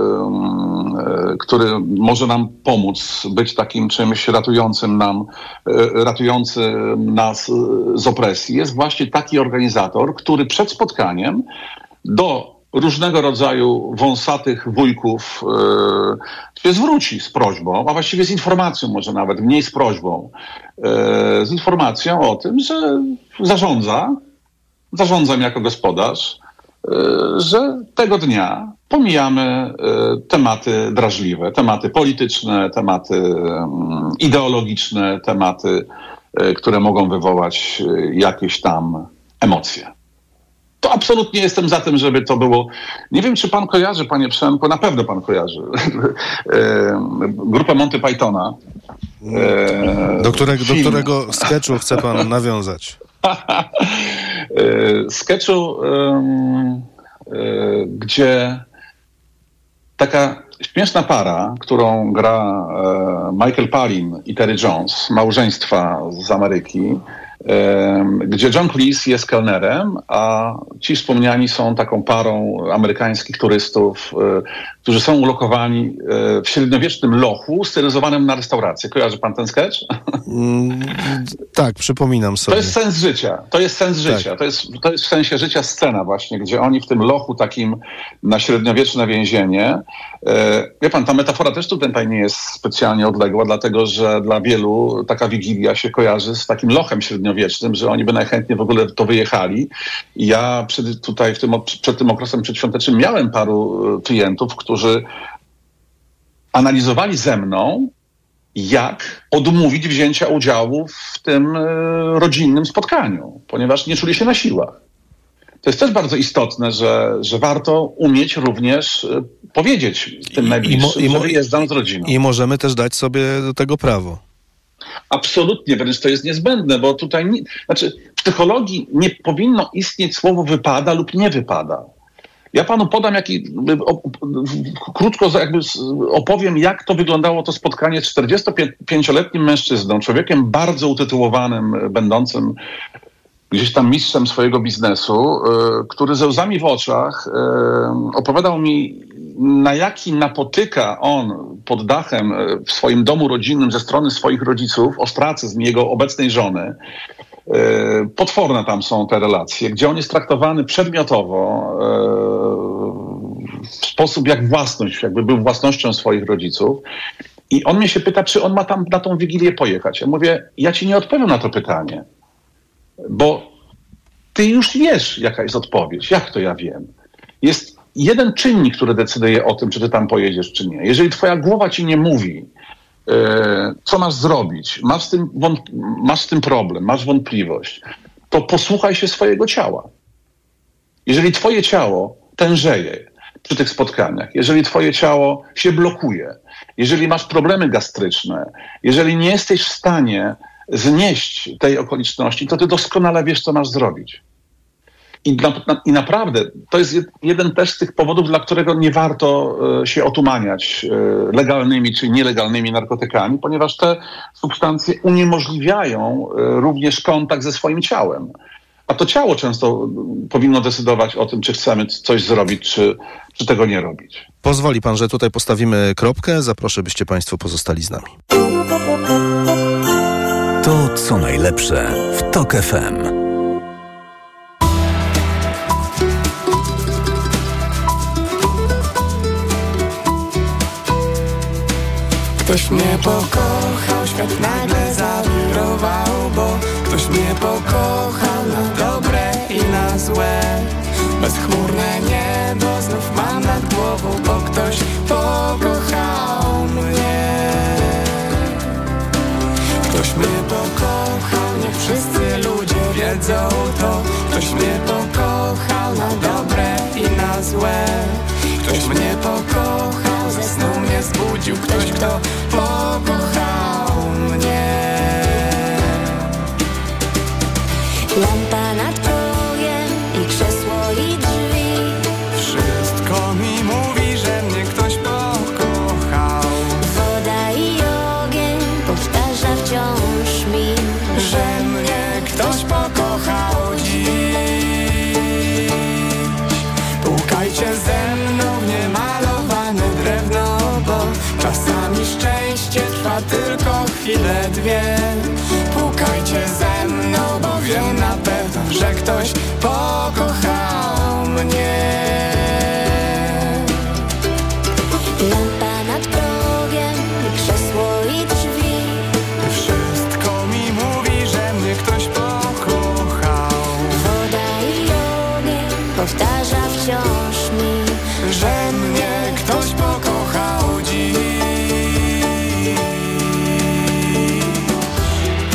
e, który może nam pomóc być takim czymś ratującym nam, e, ratującym nas z opresji, jest właśnie taki organizator, który przed spotkaniem do różnego rodzaju wąsatych wujków e, się zwróci z prośbą, a właściwie z informacją, może nawet mniej z prośbą, e, z informacją o tym, że zarządza, zarządzam jako gospodarz, że tego dnia pomijamy tematy drażliwe, tematy polityczne, tematy ideologiczne, tematy, które mogą wywołać jakieś tam emocje. To absolutnie jestem za tym, żeby to było... Nie wiem, czy pan kojarzy, panie Przemku, na pewno pan kojarzy, grupę Monty Pythona. Do którego, do którego sketchu chce pan nawiązać? Sketchu, gdzie taka śmieszna para, którą gra Michael Palin i Terry Jones, małżeństwa z Ameryki, gdzie John Cleese jest kelnerem, a ci wspomniani są taką parą amerykańskich turystów, którzy są ulokowani w średniowiecznym lochu stylizowanym na restaurację. Kojarzy pan ten sketch? Mm, tak, przypominam sobie. To jest sens życia. To jest sens życia. Tak. To jest, to jest w sensie życia scena właśnie, gdzie oni w tym lochu takim na średniowieczne więzienie. E, wie pan, ta metafora też tutaj nie jest specjalnie odległa, dlatego że dla wielu taka wigilia się kojarzy z takim lochem średniowiecznym, że oni by najchętniej w ogóle to wyjechali. I ja przed, tutaj w tym, przed tym okresem przedświątecznym miałem paru klientów, którzy analizowali ze mną, jak odmówić wzięcia udziału w tym e, rodzinnym spotkaniu, ponieważ nie czuli się na siłach. To jest też bardzo istotne, że, że warto umieć również e, powiedzieć tym najbliższym, I, mo, i, że wyjeżdżam z rodziną. I możemy też dać sobie do tego prawo. Absolutnie, wręcz to jest niezbędne, bo tutaj, nie, znaczy w psychologii nie powinno istnieć słowo wypada lub nie wypada. Ja panu podam, jaki, o, krótko jakby opowiem, jak to wyglądało to spotkanie z czterdziestopięcioletnim mężczyzną, człowiekiem bardzo utytułowanym, będącym gdzieś tam mistrzem swojego biznesu, y, który ze łzami w oczach y, opowiadał mi, na jaki napotyka on pod dachem w swoim domu rodzinnym ze strony swoich rodziców ostracyzm jego obecnej żony. Potworne tam są te relacje, gdzie on jest traktowany przedmiotowo w sposób jak własność, jakby był własnością swoich rodziców. I on mnie się pyta, czy on ma tam na tą Wigilię pojechać. Ja mówię, ja ci nie odpowiem na to pytanie, bo ty już wiesz, jaka jest odpowiedź. Jak to ja wiem? Jest jeden czynnik, który decyduje o tym, czy ty tam pojedziesz, czy nie. Jeżeli twoja głowa ci nie mówi, co masz zrobić, masz z tym, wąt- masz z tym problem, masz wątpliwość, to posłuchaj się swojego ciała. Jeżeli twoje ciało tężeje przy tych spotkaniach, jeżeli twoje ciało się blokuje, jeżeli masz problemy gastryczne, jeżeli nie jesteś w stanie znieść tej okoliczności, to ty doskonale wiesz, co masz zrobić. I, na, na, I naprawdę to jest jeden też z tych powodów, dla którego nie warto e, się otumaniać e, legalnymi czy nielegalnymi narkotykami, ponieważ te substancje uniemożliwiają e, również kontakt ze swoim ciałem. A to ciało często powinno decydować o tym, czy chcemy coś zrobić, czy, czy tego nie robić. Pozwoli pan, że tutaj postawimy kropkę. Zaproszę, byście państwo pozostali z nami. To co najlepsze w TOK F M. Ktoś mnie pokochał, świat nagle zawirował, bo ktoś mnie pokochał na dobre i na złe. Bezchmurne niebo znów mam nad głową, bo ktoś pokochał mnie. Ktoś mnie pokochał, niech wszyscy ludzie wiedzą to. Ktoś mnie pokochał na dobre i na złe. Ktoś mnie pokochał, ze snu mnie zbudził ktoś, kto pokochał mnie. Lampa nad progiem i krzesło i drzwi. Wszystko mi mówi, że mnie ktoś pokochał. Woda i ogień powtarza wciąż mi, że mnie ktoś pokochał dziś. Pukajcie ze mną w niemalowane drewno, bo czasami szczęście trwa tylko chwilę, dwie. Pukajcie ze mną, bo wiem na pewno, że ktoś pokochał mnie. Lampa nad progiem i krzesło i drzwi. Wszystko mi mówi, że mnie ktoś pokochał. Woda i ogień powtarza wciąż mi, że mnie ktoś pokochał dziś.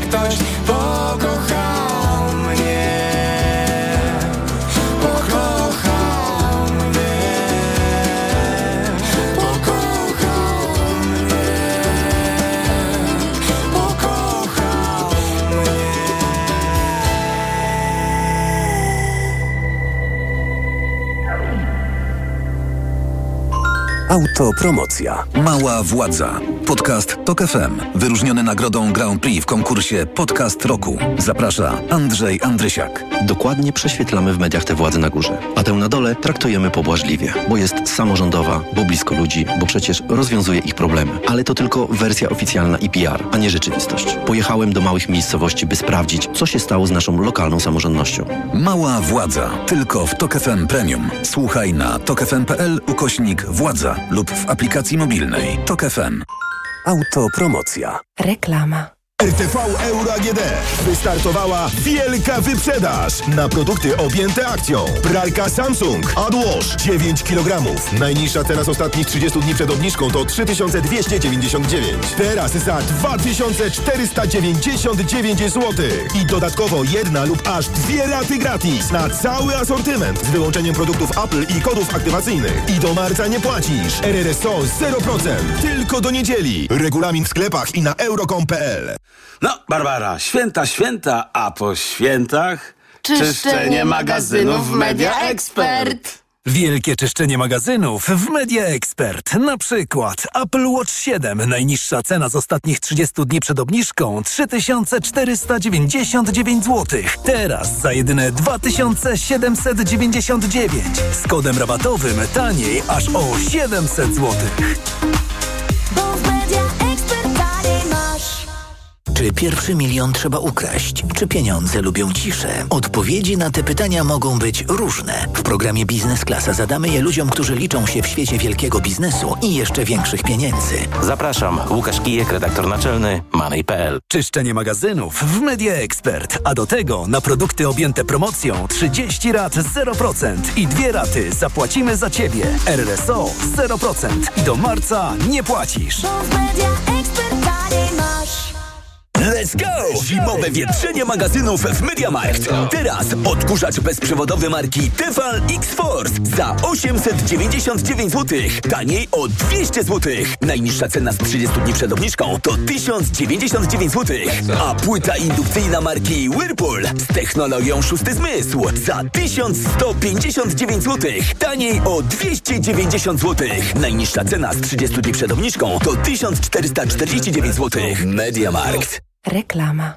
ktoś pokochał mnie. Pokochał mnie. Pokochał mnie. Pokochał mnie. Autopromocja. Mała władza. Podcast Tok F M. Wyróżniony nagrodą Grand Prix w konkursie Podcast Roku. Zaprasza Andrzej Andrysiak. Dokładnie prześwietlamy w mediach tę władzę na górze, a tę na dole traktujemy pobłażliwie, bo jest samorządowa, bo blisko ludzi, bo przecież rozwiązuje ich problemy. Ale to tylko wersja oficjalna i P R, a nie rzeczywistość. Pojechałem do małych miejscowości, by sprawdzić, co się stało z naszą lokalną samorządnością. Mała władza. Tylko w Tok F M Premium. Słuchaj na tokfm.pl ukośnik władza lub w aplikacji mobilnej Tok F M. Autopromocja. Reklama. R T V Euro A G D. Wystartowała wielka wyprzedaż na produkty objęte akcją. Pralka Samsung AdWash dziewięć kilogramów. Najniższa teraz ostatnich trzydziestu dni przed obniżką to trzy tysiące dwieście dziewięćdziesiąt dziewięć. Teraz za dwa tysiące czterysta dziewięćdziesiąt dziewięć złotych. I dodatkowo jedna lub aż dwie raty gratis na cały asortyment z wyłączeniem produktów Apple i kodów aktywacyjnych. I do marca nie płacisz. R R S O zero procent. Tylko do niedzieli. Regulamin w sklepach i na euro kropka com kropka p l. No, Barbara, święta, święta, a po świętach czyszczenie magazynów w Media Expert. Wielkie czyszczenie magazynów w Media Expert. Na przykład Apple Watch siedem. Najniższa cena z ostatnich trzydziestu dni przed obniżką trzy tysiące czterysta dziewięćdziesiąt dziewięć złotych. Teraz za jedyne dwa tysiące siedemset dziewięćdziesiąt dziewięć. Z kodem rabatowym taniej aż o siedemset złotych. Czy pierwszy milion trzeba ukraść? Czy pieniądze lubią ciszę? Odpowiedzi na te pytania mogą być różne. W programie Biznes Klasa zadamy je ludziom, którzy liczą się w świecie wielkiego biznesu i jeszcze większych pieniędzy. Zapraszam, Łukasz Kijek, redaktor naczelny Money kropka p l. Czyszczenie magazynów w Media Expert. A do tego na produkty objęte promocją trzydzieści rat zero procent i dwie raty zapłacimy za Ciebie. R R S O zero procent i do marca nie płacisz. Let's go! Zimowe wietrzenie magazynów w MediaMarkt. Teraz odkurzacz bezprzewodowy marki Tefal X-Force za osiemset dziewięćdziesiąt dziewięć złotych. Taniej o dwieście złotych. Najniższa cena z trzydziestu dni przed obniżką to tysiąc dziewięćdziesiąt dziewięć złotych. A płyta indukcyjna marki Whirlpool z technologią szósty zmysł za tysiąc sto pięćdziesiąt dziewięć złotych. Taniej o dwieście dziewięćdziesiąt złotych. Najniższa cena z trzydziestu dni przed obniżką to tysiąc czterysta czterdzieści dziewięć złotych. MediaMarkt. Reklama.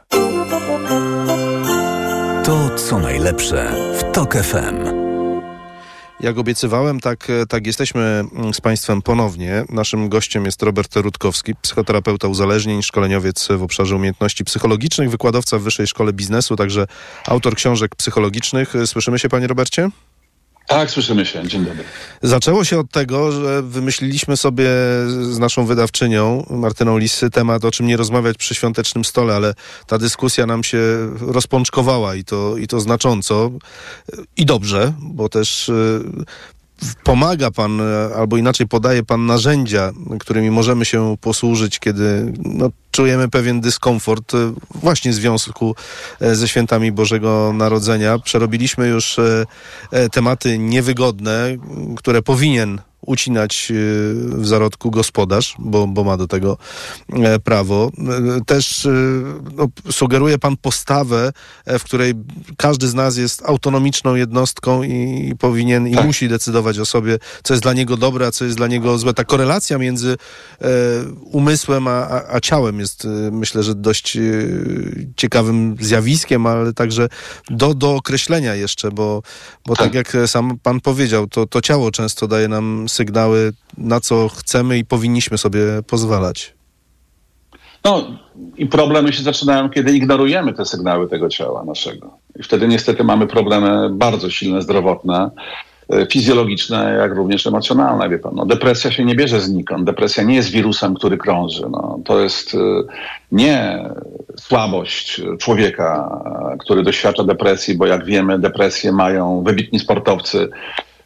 To co najlepsze w Tok F M. Jak obiecywałem, tak, tak jesteśmy z Państwem ponownie. Naszym gościem jest Robert Rutkowski, psychoterapeuta uzależnień, szkoleniowiec w obszarze umiejętności psychologicznych, wykładowca w Wyższej Szkole Biznesu, także autor książek psychologicznych. Słyszymy się, panie Robercie? Tak, słyszymy się. Dzień dobry. Zaczęło się od tego, że wymyśliliśmy sobie z naszą wydawczynią, Martyną Lissy, temat, o czym nie rozmawiać przy świątecznym stole, ale ta dyskusja nam się rozpączkowała i to, i to znacząco. I dobrze, bo też pomaga pan, albo inaczej podaje pan narzędzia, którymi możemy się posłużyć, kiedy no, czujemy pewien dyskomfort właśnie w związku ze świętami Bożego Narodzenia. Przerobiliśmy już tematy niewygodne, które powinien ucinać w zarodku gospodarz, bo, bo ma do tego prawo. Też no, sugeruje pan postawę, w której każdy z nas jest autonomiczną jednostką i powinien i tak. musi decydować o sobie, co jest dla niego dobre, a co jest dla niego złe. Ta korelacja między e, umysłem a, a, a ciałem jest, myślę, że dość e, ciekawym zjawiskiem, ale także do, do określenia jeszcze, bo, bo tak. tak jak sam pan powiedział, to, to ciało często daje nam sygnały, na co chcemy i powinniśmy sobie pozwalać. No i problemy się zaczynają, kiedy ignorujemy te sygnały tego ciała naszego. I wtedy niestety mamy problemy bardzo silne, zdrowotne, fizjologiczne, jak również emocjonalne. Wie pan, no, depresja się nie bierze znikąd. Depresja nie jest wirusem, który krąży. No, to jest nie słabość człowieka, który doświadcza depresji, bo jak wiemy, depresję mają wybitni sportowcy,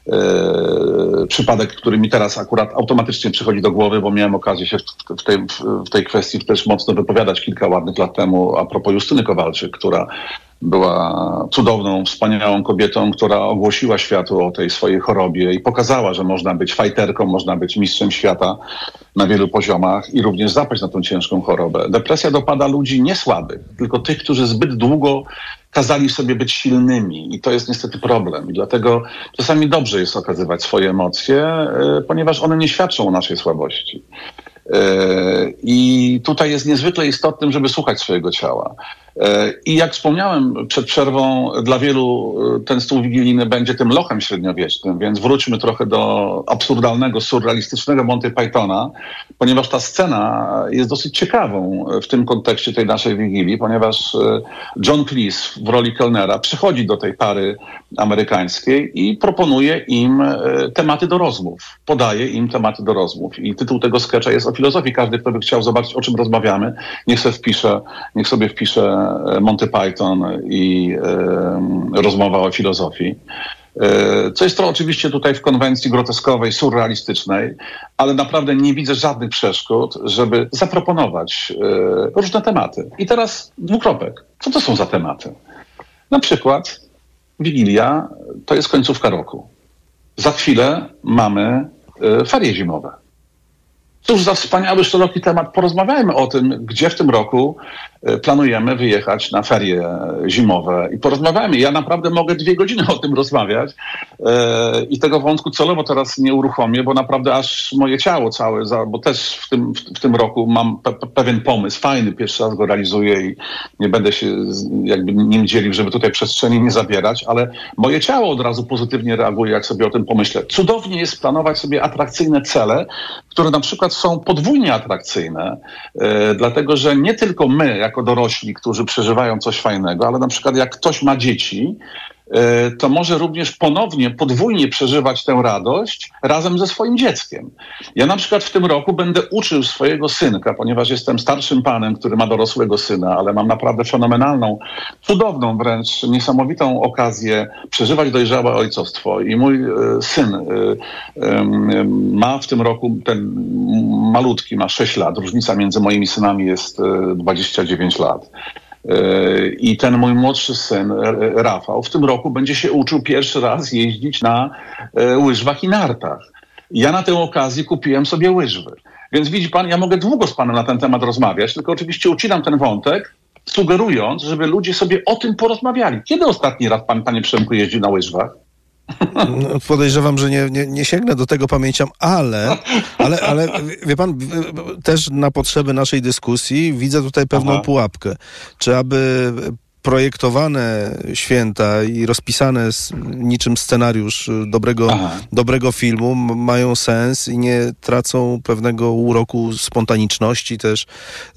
e, przypadek, który mi teraz akurat automatycznie przychodzi do głowy, bo miałem okazję się w, w, tej, w tej kwestii też mocno wypowiadać kilka ładnych lat temu a propos Justyny Kowalczyk, która była cudowną, wspaniałą kobietą, która ogłosiła światu o tej swojej chorobie i pokazała, że można być fajterką, można być mistrzem świata na wielu poziomach i również zapaść na tą ciężką chorobę. Depresja dopada ludzi nie słabych, tylko tych, którzy zbyt długo kazali sobie być silnymi i to jest niestety problem. I dlatego czasami dobrze jest okazywać swoje emocje, ponieważ one nie świadczą o naszej słabości. I tutaj jest niezwykle istotnym, żeby słuchać swojego ciała. I jak wspomniałem przed przerwą, dla wielu ten stół wigilijny będzie tym lochem średniowiecznym, więc wróćmy trochę do absurdalnego, surrealistycznego Monty Pythona, ponieważ ta scena jest dosyć ciekawą w tym kontekście tej naszej wigilii, ponieważ John Cleese w roli kelnera przychodzi do tej pary amerykańskiej i proponuje im tematy do rozmów. Podaje im tematy do rozmów. I tytuł tego sketcha jest o filozofii. Każdy, kto by chciał zobaczyć, o czym rozmawiamy, niech sobie wpisze, niech sobie wpisze Monty Python i e, rozmowa o filozofii. E, co jest to oczywiście tutaj w konwencji groteskowej, surrealistycznej, ale naprawdę nie widzę żadnych przeszkód, żeby zaproponować e, różne tematy. I teraz dwukropek. Co to są za tematy? Na przykład Wigilia to jest końcówka roku. Za chwilę mamy e, ferie zimowe. Cóż za wspaniały, szeroki temat. Porozmawiajmy o tym, gdzie w tym roku planujemy wyjechać na ferie zimowe i porozmawiajmy. Ja naprawdę mogę dwie godziny o tym rozmawiać e, i tego wątku celowo teraz nie uruchomię, bo naprawdę aż moje ciało całe, za, bo też w tym, w, w tym roku mam pe, pe, pewien pomysł, fajny, pierwszy raz go realizuję i nie będę się jakby nim dzielił, żeby tutaj przestrzeni nie zabierać, ale moje ciało od razu pozytywnie reaguje, jak sobie o tym pomyślę. Cudownie jest planować sobie atrakcyjne cele, które na przykład są podwójnie atrakcyjne, e, dlatego że nie tylko my, jako dorośli, którzy przeżywają coś fajnego, ale na przykład jak ktoś ma dzieci, to może również ponownie, podwójnie przeżywać tę radość razem ze swoim dzieckiem. Ja na przykład w tym roku będę uczył swojego synka, ponieważ jestem starszym panem, który ma dorosłego syna, ale mam naprawdę fenomenalną, cudowną wręcz, niesamowitą okazję przeżywać dojrzałe ojcostwo. I mój syn ma w tym roku, ten malutki, ma sześć lat. Różnica między moimi synami jest dwadzieścia dziewięć lat. I ten mój młodszy syn, Rafał, w tym roku będzie się uczył pierwszy raz jeździć na łyżwach i nartach. Ja na tę okazję kupiłem sobie łyżwy. Więc widzi pan, ja mogę długo z panem na ten temat rozmawiać, tylko oczywiście ucinam ten wątek, sugerując, żeby ludzie sobie o tym porozmawiali. Kiedy ostatni raz pan, panie Przemku, jeździł na łyżwach? No, podejrzewam, że nie, nie, nie sięgnę do tego pamięcią, ale, ale, ale wie pan, też na potrzeby naszej dyskusji widzę tutaj pewną Aha. pułapkę. Czy aby projektowane święta i rozpisane z niczym scenariusz dobrego, dobrego filmu mają sens i nie tracą pewnego uroku spontaniczności też.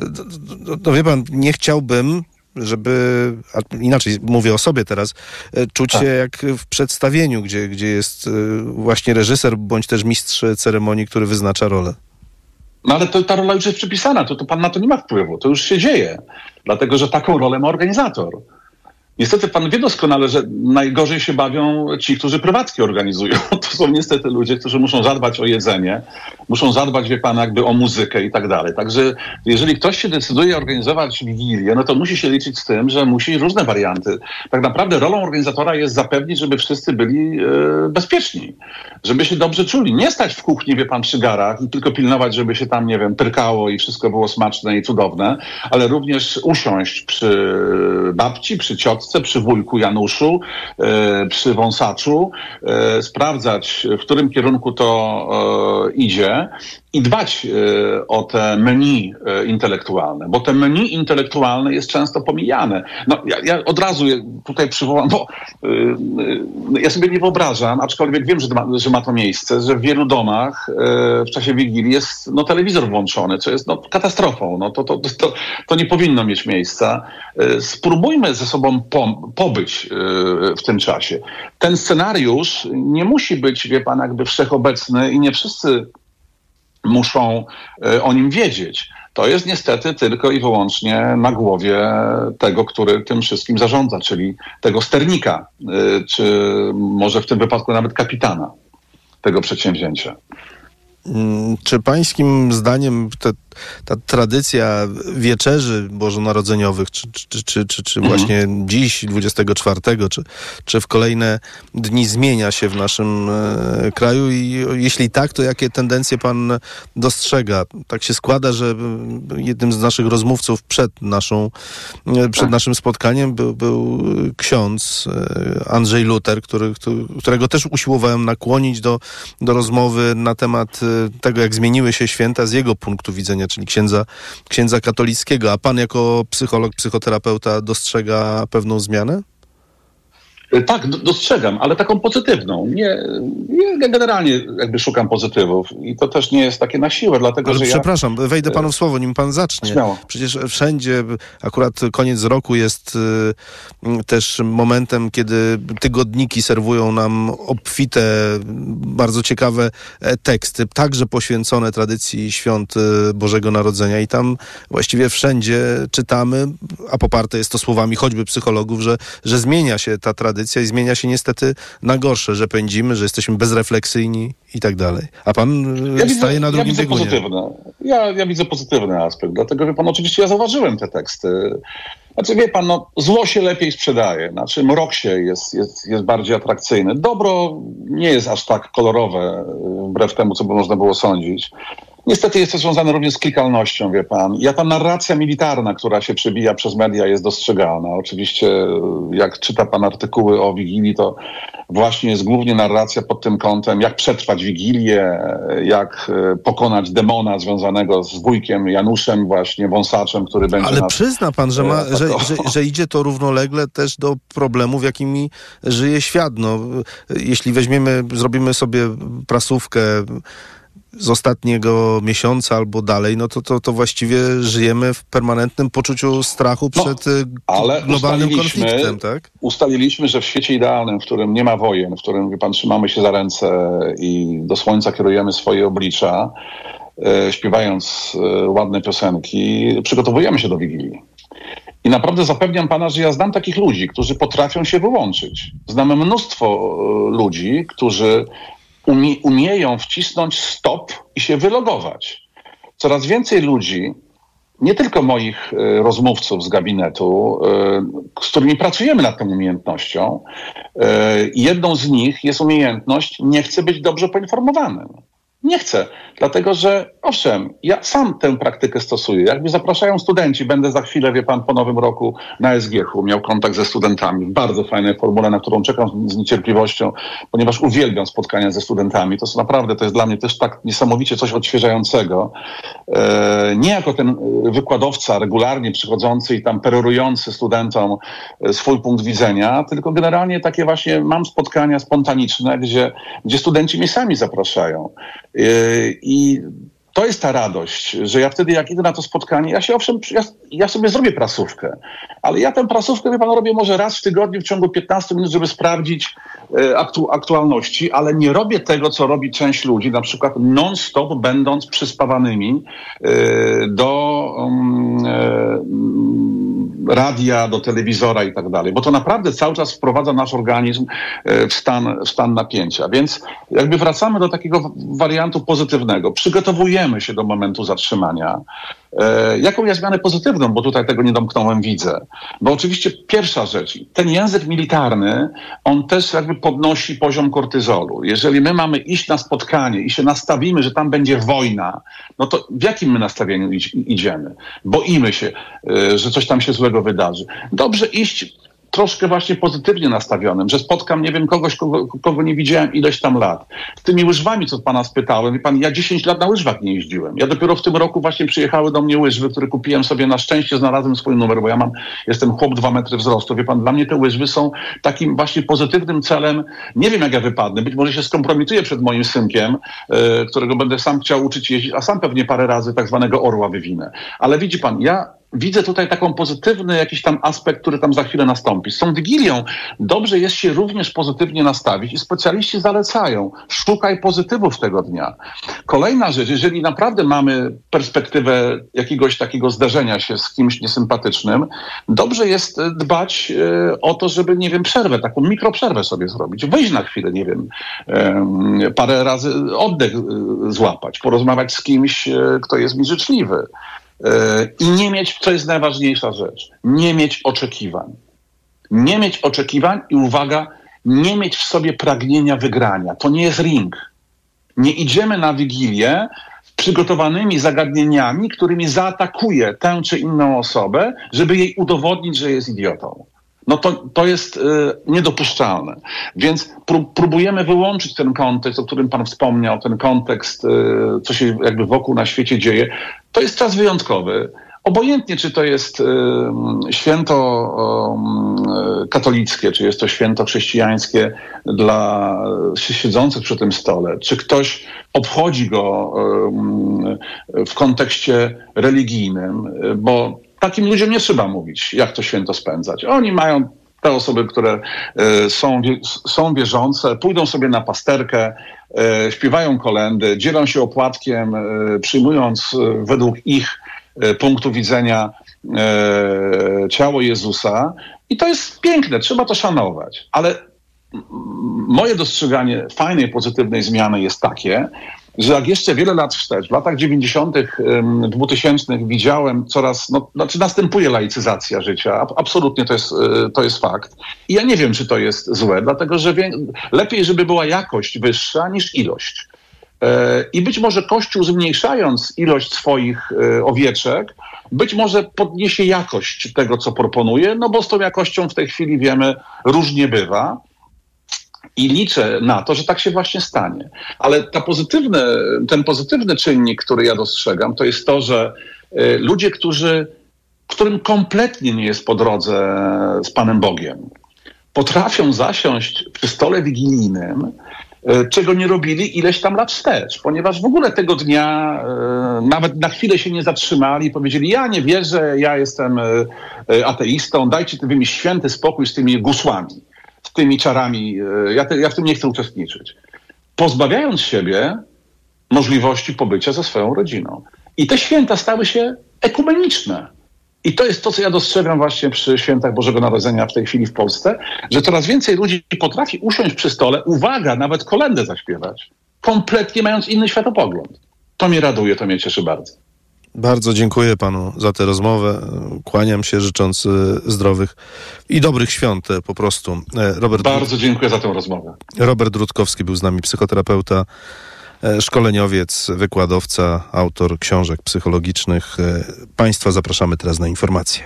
No wie pan, nie chciałbym, żeby, inaczej mówię o sobie teraz, czuć się jak w przedstawieniu, gdzie, gdzie jest właśnie reżyser bądź też mistrz ceremonii, który wyznacza rolę. No ale to, ta rola już jest przypisana, to, to pan na to nie ma wpływu, to już się dzieje, dlatego że taką rolę ma organizator. Niestety pan wie doskonale, że najgorzej się bawią ci, którzy prywatnie organizują. To są niestety ludzie, którzy muszą zadbać o jedzenie, muszą zadbać, wie pan, jakby o muzykę i tak dalej. Także jeżeli ktoś się decyduje organizować wigilię, no to musi się liczyć z tym, że musi różne warianty. Tak naprawdę rolą organizatora jest zapewnić, żeby wszyscy byli e, bezpieczni, żeby się dobrze czuli. Nie stać w kuchni, wie pan, przy garach i tylko pilnować, żeby się tam, nie wiem, pyrkało i wszystko było smaczne i cudowne, ale również usiąść przy babci, przy ciotce, przy wujku Januszu, e, przy wąsaczu, e, sprawdzać, w którym kierunku to e, idzie i dbać e, o te menu e, intelektualne, bo te menu intelektualne jest często pomijane. No, ja, ja od razu je tutaj przywołam, bo e, e, ja sobie nie wyobrażam, aczkolwiek wiem, że ma, że ma to miejsce, że w wielu domach e, w czasie Wigilii jest no, telewizor włączony, co jest no, katastrofą. No, to, to, to, to nie powinno mieć miejsca. E, spróbujmy ze sobą pomóc, pobyć w tym czasie. Ten scenariusz nie musi być, wie pan, jakby wszechobecny i nie wszyscy muszą o nim wiedzieć. To jest niestety tylko i wyłącznie na głowie tego, który tym wszystkim zarządza, czyli tego sternika, czy może w tym wypadku nawet kapitana. tego przedsięwzięcia. Czy pańskim zdaniem te, ta tradycja wieczerzy bożonarodzeniowych, czy, czy, czy, czy, czy mhm. właśnie dziś, dwudziestego czwartego, czy, czy w kolejne dni zmienia się w naszym e, kraju i jeśli tak, to jakie tendencje pan dostrzega? Tak się składa, że jednym z naszych rozmówców przed, naszą, przed tak. naszym spotkaniem był, był ksiądz e, Andrzej Luter, który, który, którego też usiłowałem nakłonić do, do rozmowy na temat tego, jak zmieniły się święta z jego punktu widzenia, czyli księdza, księdza katolickiego. A pan jako psycholog, psychoterapeuta dostrzega pewną zmianę? Tak, dostrzegam, ale taką pozytywną. Nie, nie, generalnie jakby szukam pozytywów i to też nie jest takie na siłę, dlatego ale że przepraszam, ja... wejdę panu w słowo, nim pan zacznie. Śmiało. Przecież wszędzie, akurat koniec roku jest y, też momentem, kiedy tygodniki serwują nam obfite, bardzo ciekawe teksty, także poświęcone tradycji świąt Bożego Narodzenia i tam właściwie wszędzie czytamy, a poparte jest to słowami choćby psychologów, że, że zmienia się ta tradycja i zmienia się niestety na gorsze, że pędzimy, że jesteśmy bezrefleksyjni i tak dalej. A pan ja staje widzę, na drugim ja widzę biegunie. Pozytywne. Ja, ja widzę pozytywny aspekt, dlatego, wie pan, oczywiście ja zauważyłem te teksty. Znaczy, wie pan, no, zło się lepiej sprzedaje, znaczy mrok się jest, jest, jest bardziej atrakcyjny. Dobro nie jest aż tak kolorowe, wbrew temu, co by można było sądzić. Niestety jest to związane również z klikalnością, wie pan. Ja ta narracja militarna, która się przebija przez media, jest dostrzegalna. Oczywiście, jak czyta pan artykuły o Wigilii, to właśnie jest głównie narracja pod tym kątem, jak przetrwać Wigilię, jak pokonać demona związanego z wujkiem Januszem, właśnie wąsaczem, który będzie... Ale nas, przyzna pan, że, ma, że, że, że idzie to równolegle też do problemów, jakimi żyje świat. No, jeśli weźmiemy, zrobimy sobie prasówkę z ostatniego miesiąca albo dalej, no to, to, to właściwie żyjemy w permanentnym poczuciu strachu przed no, ale globalnym konfliktem, tak? Ustaliliśmy, że w świecie idealnym, w którym nie ma wojen, w którym, wie pan, trzymamy się za ręce i do słońca kierujemy swoje oblicza, e, śpiewając e, ładne piosenki, przygotowujemy się do Wigilii. I naprawdę zapewniam pana, że ja znam takich ludzi, którzy potrafią się wyłączyć. Znam mnóstwo e, ludzi, którzy Umie, umieją wcisnąć stop i się wylogować. Coraz więcej ludzi, nie tylko moich y, rozmówców z gabinetu, y, z którymi pracujemy nad tą umiejętnością, y, jedną z nich jest umiejętność nie chcę być dobrze poinformowanym. Nie chcę, dlatego że owszem, ja sam tę praktykę stosuję. Jakby zapraszają studenci, będę za chwilę, wie pan, po nowym roku na S G H-u, miał kontakt ze studentami w bardzo fajnej formule, na którą czekam z niecierpliwością, ponieważ uwielbiam spotkania ze studentami. To jest naprawdę, to jest dla mnie też tak niesamowicie coś odświeżającego. E, nie jako ten wykładowca regularnie przychodzący i tam perorujący studentom swój punkt widzenia, tylko generalnie takie właśnie mam spotkania spontaniczne, gdzie, gdzie studenci mnie sami zapraszają. I to jest ta radość, że ja wtedy, jak idę na to spotkanie, ja się owszem, ja, ja sobie zrobię prasówkę, ale ja tę prasówkę, wie pan, robię może raz w tygodniu w ciągu piętnastu minut, żeby sprawdzić e, aktu, aktualności, ale nie robię tego, co robi część ludzi, na przykład non-stop będąc przyspawanymi e, do um, e, radia, do telewizora i tak dalej, bo to naprawdę cały czas wprowadza nasz organizm e, w, stan, w stan napięcia. Więc jakby wracamy do takiego wariantu pozytywnego. Przygotowujemy się do momentu zatrzymania. E, jaką ja zmianę pozytywną, bo tutaj tego nie domknąłem, widzę. Bo oczywiście pierwsza rzecz, ten język militarny, on też jakby podnosi poziom kortyzolu. Jeżeli my mamy iść na spotkanie i się nastawimy, że tam będzie wojna, no to w jakim my nastawieniu idź, idziemy? Boimy się, e, że coś tam się złego wydarzy. Dobrze iść troszkę właśnie pozytywnie nastawionym, że spotkam, nie wiem, kogoś, kogo, kogo nie widziałem ileś tam lat. Z tymi łyżwami, co pana spytałem, wie pan, ja dziesięć lat na łyżwach nie jeździłem. Ja dopiero w tym roku właśnie przyjechały do mnie łyżwy, które kupiłem sobie, na szczęście znalazłem swój numer, bo ja mam, jestem chłop dwa metry wzrostu. Wie pan, dla mnie te łyżwy są takim właśnie pozytywnym celem. Nie wiem, jak ja wypadnę. Być może się skompromituję przed moim synkiem, yy, którego będę sam chciał uczyć jeździć, a sam pewnie parę razy tak zwanego orła wywinę. Ale widzi pan, ja widzę tutaj taką pozytywny jakiś tam aspekt, który tam za chwilę nastąpi. Z tą Wigilią dobrze jest się również pozytywnie nastawić i specjaliści zalecają, szukaj pozytywów tego dnia. Kolejna rzecz, jeżeli naprawdę mamy perspektywę jakiegoś takiego zderzenia się z kimś niesympatycznym, dobrze jest dbać e, o to, żeby, nie wiem, przerwę, taką mikroprzerwę sobie zrobić. Wyjść na chwilę, nie wiem, e, parę razy oddech e, złapać, porozmawiać z kimś, e, kto jest mi życzliwy. I nie mieć, co jest najważniejsza rzecz, nie mieć oczekiwań. Nie mieć oczekiwań i uwaga, nie mieć w sobie pragnienia wygrania. To nie jest ring. Nie idziemy na Wigilię z przygotowanymi zagadnieniami, którymi zaatakuje tę czy inną osobę, żeby jej udowodnić, że jest idiotą. No to, to jest y, niedopuszczalne. Więc pró- próbujemy wyłączyć ten kontekst, o którym pan wspomniał, ten kontekst, y, co się jakby wokół na świecie dzieje. To jest czas wyjątkowy. Obojętnie, czy to jest y, święto y, katolickie, czy jest to święto chrześcijańskie dla siedzących przy tym stole, czy ktoś obchodzi go y, w kontekście religijnym, y, bo takim ludziom nie trzeba mówić, jak to święto spędzać. Oni mają, te osoby, które y, są, wie, są wierzące, pójdą sobie na pasterkę, y, śpiewają kolędy, dzielą się opłatkiem, y, przyjmując y, według ich y, punktu widzenia y, ciało Jezusa. I to jest piękne, trzeba to szanować. Ale m- moje dostrzeganie fajnej, pozytywnej zmiany jest takie, że jak jeszcze wiele lat wstecz, w latach dziewięćdziesiątych, dwutysięcznych widziałem coraz, no, znaczy następuje laicyzacja życia, absolutnie to jest, to jest fakt. I ja nie wiem, czy to jest złe, dlatego że wie, lepiej, żeby była jakość wyższa niż ilość. I być może Kościół, zmniejszając ilość swoich owieczek, być może podniesie jakość tego, co proponuje, no bo z tą jakością w tej chwili wiemy, różnie bywa. I liczę na to, że tak się właśnie stanie. Ale ta pozytywne, ten pozytywny czynnik, który ja dostrzegam, to jest to, że y, ludzie, którzy, którym kompletnie nie jest po drodze z Panem Bogiem, potrafią zasiąść przy stole wigilijnym, y, czego nie robili ileś tam lat wstecz, ponieważ w ogóle tego dnia y, nawet na chwilę się nie zatrzymali i powiedzieli, ja nie wierzę, ja jestem y, y, ateistą, dajcie wy mi święty spokój z tymi gusłami, z tymi czarami, ja, te, ja w tym nie chcę uczestniczyć. Pozbawiając siebie możliwości pobycia ze swoją rodziną. I te święta stały się ekumeniczne. I to jest to, co ja dostrzegam właśnie przy świętach Bożego Narodzenia w tej chwili w Polsce, że coraz więcej ludzi potrafi usiąść przy stole, uwaga, nawet kolędę zaśpiewać, kompletnie mając inny światopogląd. To mnie raduje, to mnie cieszy bardzo. Bardzo dziękuję panu za tę rozmowę. Kłaniam się, życząc zdrowych i dobrych świąt po prostu. Robert Bardzo dziękuję za tę rozmowę. Robert Rutkowski był z nami, psychoterapeuta, szkoleniowiec, wykładowca, autor książek psychologicznych. Państwa zapraszamy teraz na informacje.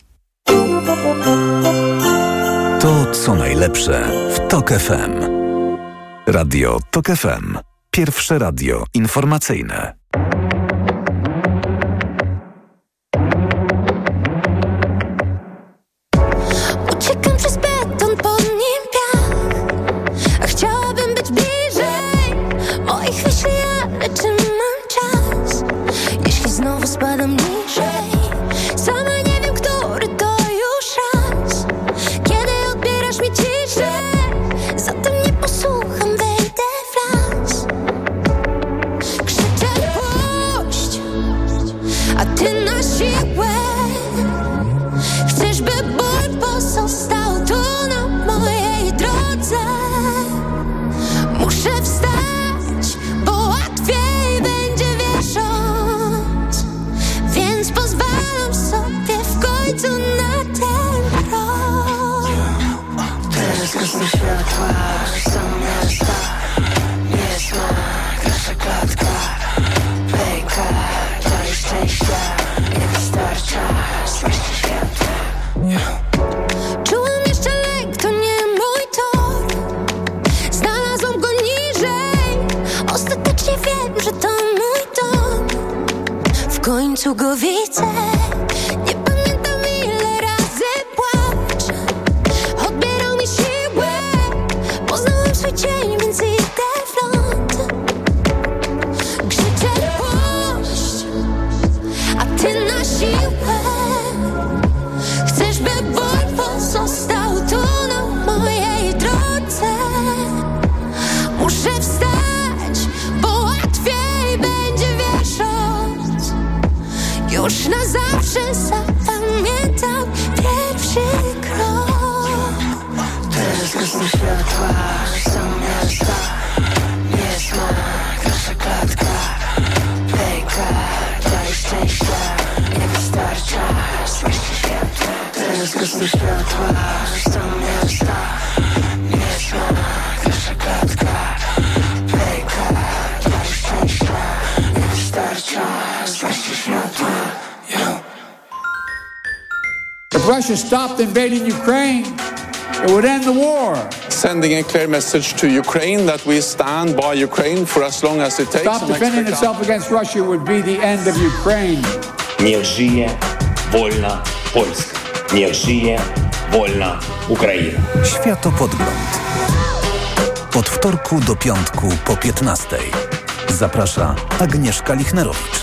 To, co najlepsze w TOK F M. Radio TOK F M. Pierwsze radio informacyjne. Uciekam przez beton, pod nim piach, a chciałabym być bliżej moich myśli, ale czy mam czas? Jeśli znowu spadam niżej, sama nie wiem, który to już raz. Kiedy odbierasz mi ciszę, zatem nie posłucham, wejdę w las. Krzyczę puść, a ty na siłę chcesz, by ból pozostał tu na mojej drodze. Muszę wstać, bo łatwiej będzie wierząc, więc pozwalam sobie w końcu na ten krok. Teraz gasną światła, sam miasta, nie smak, nasza klatka pęka, daj szczęścia, nie wystarcza, złości świata. Czułam jeszcze lęk, to nie mój tor. Znalazłam go niżej. Ostatecznie wiem, że to mój dom. W końcu go widzę. Nie pamiętam, ile razy płaczę. Odbierał mi siłę. Poznałam swój cień, więc idę w ląd. Krzyczę puść, a ty na siłę zgasły światła, są miasta, niesmak, nasza klatka. Playcard, daj szczęścia, nie wystarcza, zgaście światła. Teraz zgasły światła, są miasta, niesmak, nasza klatka. Playcard, daj szczęścia, nie wystarcza, zgaście światła. Yo. If Russia stopped invading Ukraine, it would end the war. Sending a clear message to Ukraine that we stand by Ukraine for as long as it takes. Stop defending itself against Russia would be the end of Ukraine. Niech żyje wolna Polska. Niech żyje wolna Ukraina. Światopodgląd. Od wtorku do piątku po piętnastej. Zaprasza Agnieszka Lichnerowicz.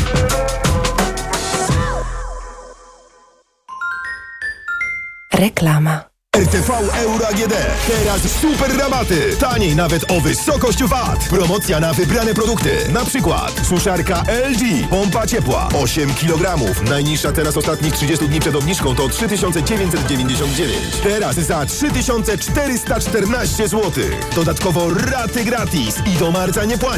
Reklama. R T V Euro A G D. Teraz super rabaty. Taniej nawet o wysokość V A T. Promocja na wybrane produkty. Na przykład suszarka L G. Pompa ciepła. osiem kilogramów. Najniższa teraz ostatnich trzydziestu dni przed obniżką to trzy tysiące dziewięćset dziewięćdziesiąt dziewięć. Teraz za trzy tysiące czterysta czternaście złotych. Dodatkowo raty gratis. I do marca nie płacisz.